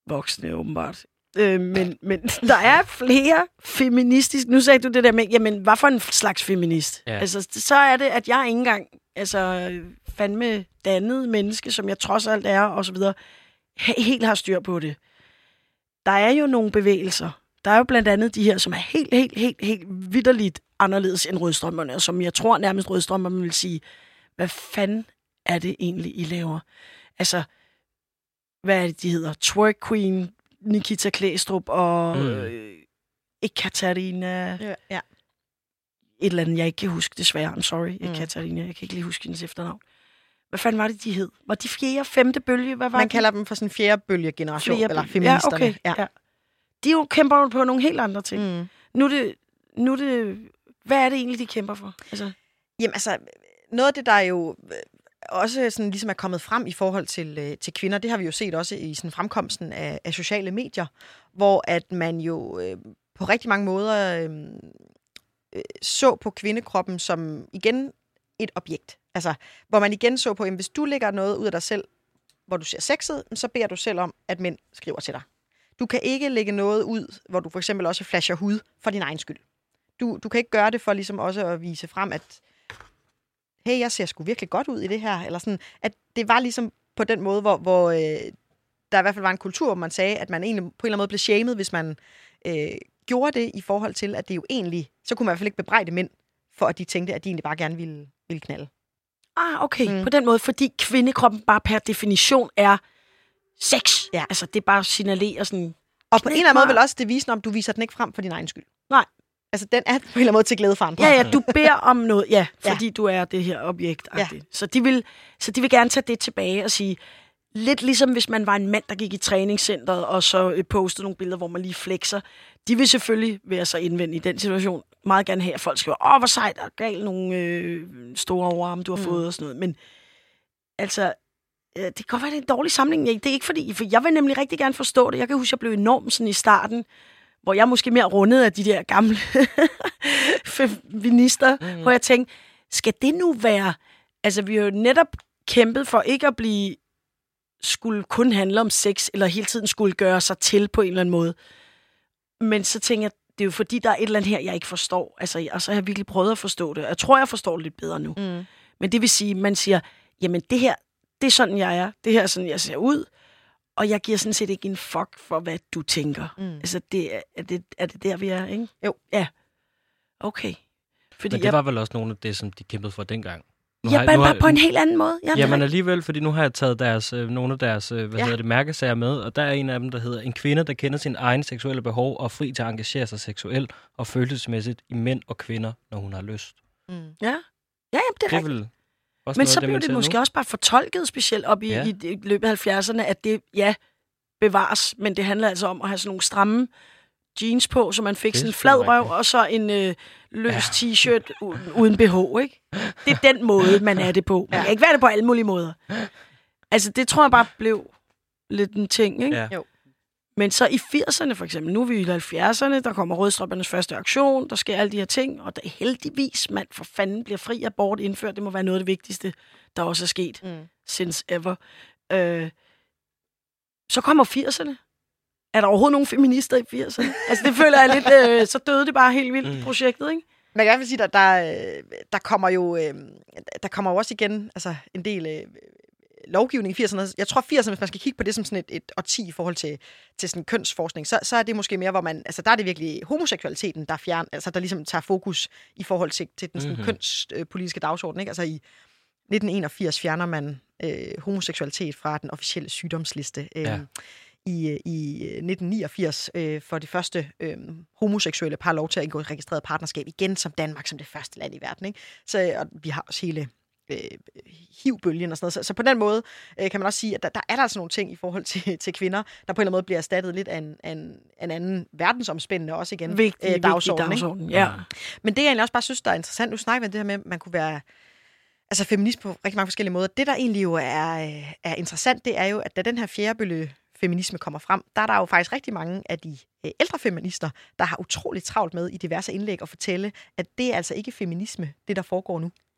voksne, åbenbart. Øh, men, men der er flere feministiske... Nu sagde du det der med, jamen, hvad for en slags feminist? Ja. Altså, så er det, at jeg ikke engang, altså, fandme dannet menneske, som jeg trods alt er, og så videre, helt har styr på det. Der er jo nogle bevægelser. Der er jo blandt andet de her, som er helt, helt, helt, helt vitterligt anderledes end rødstrømmerne, og som jeg tror nærmest rødstrømmerne vil sige, hvad fanden er det egentlig, I laver? Altså, hvad er det, de hedder? Twerk Queen, Nikita Klæstrup og mm. øh, Ekaterina. Ja, ja. Et eller andet, jeg ikke kan huske, desværre. I'm sorry, Mm. Ekaterina. Jeg kan ikke lige huske hendes efternavn. Hvad fanden var det, de hed? Var de fjerde, femte bølge? Hvad var Man de? kalder dem for sådan en fjerde bølge-generation, Flere eller bølge. feministerne. Ja, okay. Ja. Ja. De jo kæmper jo på nogle helt andre ting. Mm. Nu er det, nu er det... Hvad er det egentlig, de kæmper for? Altså... Jamen altså, noget af det, der jo også sådan, ligesom er kommet frem i forhold til, øh, til kvinder, det har vi jo set også i sådan, fremkomsten af, af sociale medier, hvor at man jo øh, på rigtig mange måder øh, øh, så på kvindekroppen som igen et objekt. Altså, hvor man igen så på, at hvis du lægger noget ud af dig selv, hvor du ser sexet, så beder du selv om, at mænd skriver til dig. Du kan ikke lægge noget ud, hvor du for eksempel også flasher hud for din egen skyld. Du, du kan ikke gøre det for ligesom også at vise frem, at hey, jeg ser sgu virkelig godt ud i det her. Eller sådan, at det var ligesom på den måde, hvor, hvor øh, der i hvert fald var en kultur, hvor man sagde, at man egentlig på en eller anden måde blev shamed, hvis man øh, gjorde det i forhold til, at det jo egentlig, så kunne man i hvert fald ikke bebrejde mænd, for at de tænkte, at de egentlig bare gerne ville, ville knalde. Ah, okay. Mm. På den måde, fordi kvindekroppen bare per definition er sex. Ja. Altså, det bare signalerer sådan... Og på en eller anden måde vil også det vise, om du viser den ikke frem for din egen skyld. Nej. Altså, den er på en eller anden måde til glæde for andre. Ja, ja, du beder om noget, ja, Ja. fordi du er det her objekt. Ja. Så, de vil, så de vil gerne tage det tilbage og sige, lidt ligesom hvis man var en mand, der gik i træningscenteret, og så øh, postede nogle billeder, hvor man lige flexer. De vil selvfølgelig være så indvendt i den situation, meget gerne have, at folk skriver, åh, hvor sejt, og galt nogle øh, store overarme, du har Mm. fået, og sådan noget. Men altså, øh, det kan godt være, det er en dårlig sammenligning. Det er ikke fordi, for jeg vil nemlig rigtig gerne forstå det. Jeg kan huske, jeg blev enormt sådan i starten, hvor jeg er måske mere rundet af de der gamle feminister, mm. hvor jeg tænkte, skal det nu være... Altså, vi har jo netop kæmpet for ikke at blive... skulle kun handle om sex, eller hele tiden skulle gøre sig til på en eller anden måde. Men så tænker jeg, det er jo fordi, der er et eller andet her, jeg ikke forstår. Altså, og så har jeg virkelig prøvet at forstå det. Jeg tror, jeg forstår det lidt bedre nu. Mm. Men det vil sige, man siger, jamen det her, det er sådan, jeg er. Det her er sådan, jeg ser ud. Og jeg giver sådan set ikke en fuck for, hvad du tænker. Mm. Altså, det er, er, det, er det der, vi er, ikke? Jo. Ja. Okay. Fordi Men det jeg, var vel også nogle af det, som de kæmpede for dengang. Nu ja, har, bare, nu bare har, på en helt anden måde. Ja, Ja, men alligevel, fordi nu har jeg taget deres, øh, nogle af deres øh, hvad Ja. hedder det, mærkesager med, og der er en af dem, der hedder en kvinde, der kender sin egen seksuelle behov og er fri til at engagere sig seksuelt og følelsesmæssigt i mænd og kvinder, når hun har lyst. Mm. ja. Ja, ja, det er Det er rigtigt. vel også Men noget så af det, blev man det ser måske nu. også bare fortolket specielt op i, Ja. i, i løbet af halvfjerdserne, at det, ja, bevares, men det handler altså om at have sådan nogle stramme jeans på, så man fik Det er sådan en sgu flad røv, rigtigt. og så en øh, løs Ja. t-shirt uden, uden B H, ikke? Det er den måde, man er det på. Man kan ikke være det på alle mulige måder. Altså, det tror jeg bare blev lidt en ting, ikke? Ja. Jo. Men så i firserne for eksempel, nu er vi i halvfjerdserne, der kommer rødstrømpernes første aktion, der sker alle de her ting, og der heldigvis, mand, for fanden bliver fri abort indført. Det må være noget af det vigtigste, der også er sket Mm. since ever. Øh, så kommer firserne. Er der overhovedet nogen feminister i firserne? Altså, det føler jeg lidt, øh, så døde det bare helt vildt, Mm. projektet, ikke? Man kan i hvert fald sige, at der, der, der kommer jo øh, der kommer jo også igen altså en del øh, lovgivning i firserne. Jeg tror firserne, hvis man skal kigge på det som sådan et, et årti i forhold til, til sådan kønsforskning, så, så er det måske mere, hvor man, altså der er det virkelig homoseksualiteten, der fjern, altså der ligesom tager fokus i forhold til, til den sådan Mhm. kønspolitiske dagsorden, ikke? Altså i nitten enogfirs fjerner man øh, homoseksualitet fra den officielle sygdomsliste. Øh, Ja. I, i nitten niogfirs øh, for det første øh, homoseksuelle par lov til at indgå et registreret partnerskab, igen som Danmark, som det første land i verden. Ikke? Så og vi har også hele øh, H I V-bølgen og sådan noget. Så, så på den måde øh, kan man også sige, at der, der er der altså nogle ting i forhold til, til kvinder, der på en eller anden måde bliver erstattet lidt af en, af en, en anden verdensomspændende også igen. Vigtig, øh, dagsorden, vigtig ikke? dagsorden, ja. Men det, jeg egentlig også bare synes, der er interessant, nu snakker vi om det her med, at man kunne være altså feminist på rigtig mange forskellige måder. Det, der egentlig jo er, øh, er interessant, det er jo, at da den her fjerdebølge feminisme kommer frem, der er der jo faktisk rigtig mange af de øh, ældre feminister, der har utroligt travlt med i diverse indlæg at fortælle, at det er altså ikke feminisme, det der foregår nu.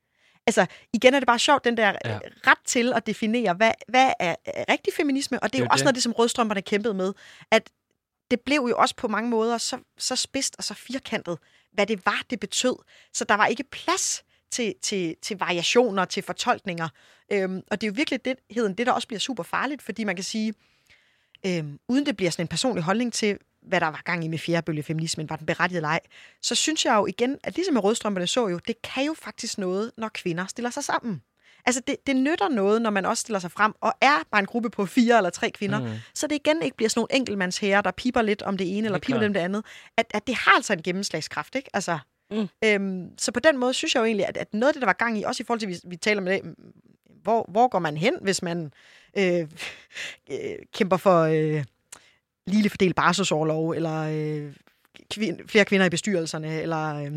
altså, igen er det bare sjovt, den der Ja. ret til at definere, hvad, hvad er rigtig feminisme, og det er Det er jo jo også det. noget af det, som rødstrømperne kæmpede med, at det blev jo også på mange måder så, så spidst og så firkantet, hvad det var, det betød. Så der var ikke plads til, til, til variationer, til fortolkninger. Øhm, og det er jo virkelig det, det, der også bliver super farligt, fordi man kan sige, øhm, uden det bliver sådan en personlig holdning til, hvad der var gang i med fjerdebølgefeminismen, var den berettiget leg, så synes jeg jo igen, at ligesom med rødstrømperne så jo, det kan jo faktisk noget, når kvinder stiller sig sammen. Altså, det, det nytter noget, når man også stiller sig frem, og er bare en gruppe på fire eller tre kvinder, mm. så det igen ikke bliver sådan nogle enkeltmandsherrer, der piper lidt om det ene, eller piper lidt om det andet. At, at det har altså en gennemslagskraft, ikke? Altså, mm. øhm, så på den måde synes jeg jo egentlig, at, at noget af det, der var gang i, også i forhold til, at vi, vi taler med det, hvor, hvor går man hen, hvis man øh, øh, kæmper for øh, ligelig fordelt barselsorlov, eller øh, kvin, flere kvinder i bestyrelserne, eller øh,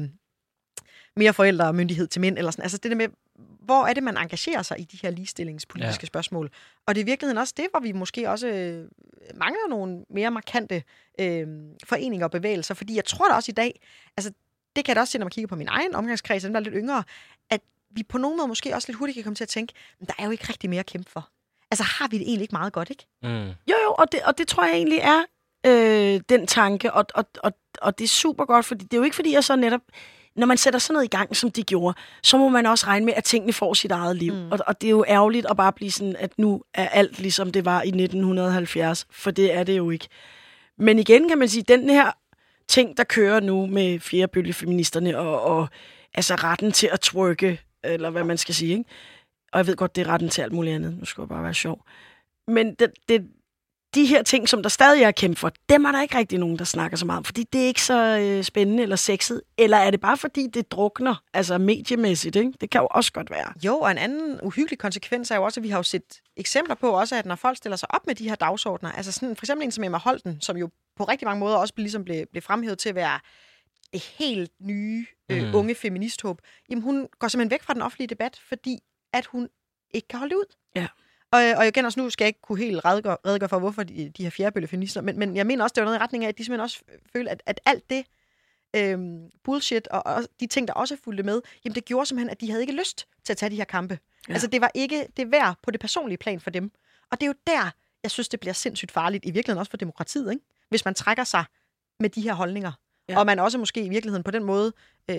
mere forældre og myndighed til mænd, eller sådan. Altså det der med, hvor er det, man engagerer sig i de her ligestillingspolitiske ja. spørgsmål? Og det er i virkeligheden også det, hvor vi måske også øh, mangler nogle mere markante øh, foreninger og bevægelser, fordi jeg tror da også i dag, altså det kan jeg da også se, når man kigger på min egen omgangskreds, den der er lidt yngre, at vi på nogen måde måske også lidt hurtigt kan komme til at tænke, men der er jo ikke rigtig mere at kæmpe for. Altså har vi det egentlig ikke meget godt, ikke? Mm. Jo, jo, og det, og det tror jeg egentlig er øh, den tanke, og, og, og, og det er super godt, fordi det er jo ikke fordi, jeg så netop, når man sætter sådan noget i gang, som de gjorde, så må man også regne med, at tingene får sit eget liv. Mm. Og, og det er jo ærgerligt at bare blive sådan, at nu er alt ligesom det var i nitten halvfjerds, for det er det jo ikke. Men igen kan man sige, den her ting, der kører nu med fjerdebølgefeministerne og, og altså retten til at twerke, eller hvad man skal sige, ikke? Og jeg ved godt, det er retten til alt muligt andet. Nu skal jeg bare være sjov. Men det, det, de her ting, som der stadig er at kæmpe for, dem er der ikke rigtig nogen, der snakker så meget om. Fordi det er ikke så øh, spændende eller sexet. Eller er det bare fordi, det drukner, altså mediemæssigt, ikke? Det kan jo også godt være. Jo, og en anden uhyggelig konsekvens er jo også, at vi har jo set eksempler på også, at når folk stiller sig op med de her dagsordner, altså sådan, for eksempel en som Emma Holten, som jo på rigtig mange måder også ligesom blev, blev fremhævet til at være det helt nye øh, mm. unge feministhåb, jamen hun går simpelthen væk fra den offentlige debat, fordi at hun ikke kan holde det ud. Ja. Og, og igen også nu skal jeg ikke kunne helt redegøre, redegøre for, hvorfor de, de her fjerdebølgefeminister, men, men jeg mener også, det var noget i retning af, at de simpelthen også føler, at, at alt det øhm, bullshit og, og de ting, der også fulgte med, jamen det gjorde simpelthen, at de havde ikke lyst til at tage de her kampe. Ja. Altså det var ikke det værd på det personlige plan for dem. Og det er jo der, jeg synes, det bliver sindssygt farligt, i virkeligheden også for demokratiet, ikke? Hvis man trækker sig med de her holdninger. Ja. Og man også måske i virkeligheden på den måde... Øh,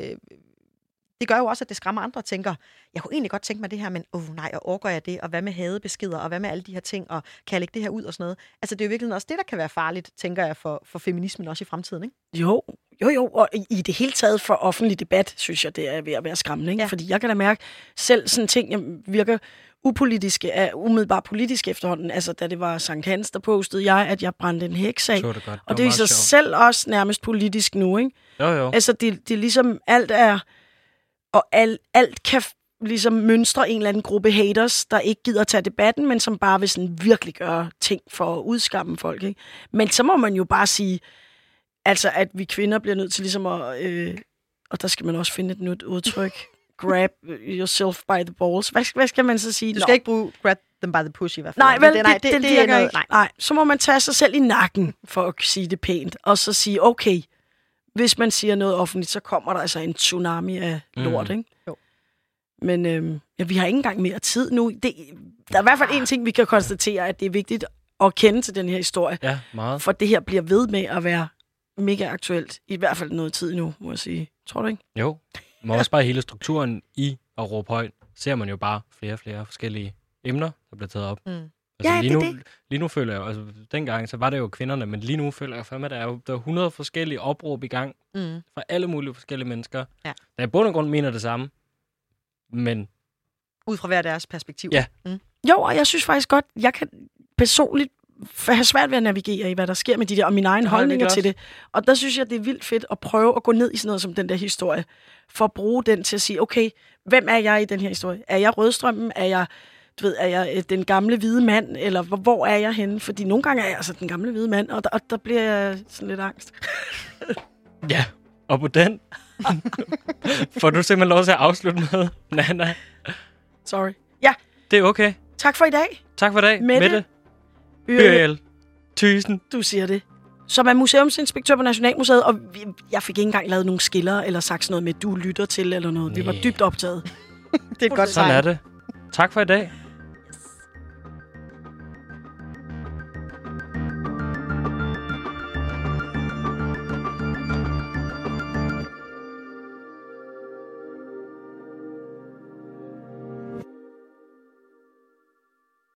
det gør jo også, at det skræmmer andre og tænker, jeg kunne egentlig godt tænke mig det her, men åh oh, nej, og overgår jeg det, og hvad med hadebeskeder, og hvad med alle de her ting, og kan jeg lægge det her ud og sådan noget. Altså det er jo virkelig også det, der kan være farligt, tænker jeg, for, for feminismen også i fremtiden, ikke? Jo, jo, jo, og i det hele taget for offentlig debat, synes jeg, det er ved at være skræmmende, ikke? Ja. Fordi jeg kan da mærke, selv sådan ting, jeg virker upolitiske, er umiddelbart politisk efterhånden. Altså da det var Sankt Hans, der postede jeg, at jeg brændte en heks af. Det det og det er i sig selv også nærmest politisk nu, ikke? Jo, jo. Altså det, det er ligesom, alt er... Og alt, alt kan ligesom mønstre en eller anden gruppe haters, der ikke gider tage debatten, men som bare vil sådan virkelig gøre ting for at udskamme folk, ikke? Men så må man jo bare sige, altså at vi kvinder bliver nødt til ligesom at, øh, og der skal man også finde et nyt udtryk, grab yourself by the balls. Hvad, hvad skal man så sige? Du skal Nå. ikke bruge grab them by the pussy i hvert fald. Nej, vel, det, nej, det, det, det, det virker noget, ikke. Nej. nej, så må man tage sig selv i nakken, for at sige det pænt, og så sige, okay, hvis man siger noget offentligt, så kommer der altså en tsunami af lort, mm. ikke? Jo. Men øhm, ja, vi har ikke engang mere tid nu. Det, der er i hvert fald en ting, vi kan konstatere, at det er vigtigt at kende til den her historie. Ja, meget. For det her bliver ved med at være mega aktuelt. I hvert fald noget tid nu, må jeg sige. Tror du ikke? Jo. Men også bare hele strukturen i at råbe højt, ser man jo bare flere og flere forskellige emner, der bliver taget op. Mm. Altså, ja, lige, det, nu, det. lige nu føler jeg, altså dengang, så var det jo kvinderne, men lige nu føler jeg fandme, at der er jo der er hundrede forskellige opråb i gang mm. fra alle mulige forskellige mennesker. Ja. Der i bund og grund mener det samme, men... Ud fra hver deres perspektiv. Ja. Mm. Jo, og jeg synes faktisk godt, jeg kan personligt have svært ved at navigere i, hvad der sker med de der, og mine egne holdninger til det. Og der synes jeg, det er vildt fedt at prøve at gå ned i sådan noget som den der historie, for at bruge den til at sige, okay, hvem er jeg i den her historie? Er jeg Rødstrømmen? Er jeg... Du ved, er jeg den gamle hvide mand, eller hvor, hvor er jeg henne? Fordi nogle gange er jeg altså den gamle hvide mand, og der, og der bliver jeg sådan lidt angst. Ja, og på den får du simpelthen lov til at afslutte med, Nanna. Sorry. Ja. Det er okay. Tak for i dag. Tak for i dag, Mette, Mette Byriel Thyssen. Du siger det. Som er museumsinspektør på Nationalmuseet, og vi, jeg fik ikke engang lavet nogle skiller, eller sagt sådan noget med, du lytter til, eller noget. Nee. Vi var dybt optaget. Det er et godt Sådan tegn. er det. Tak for i dag.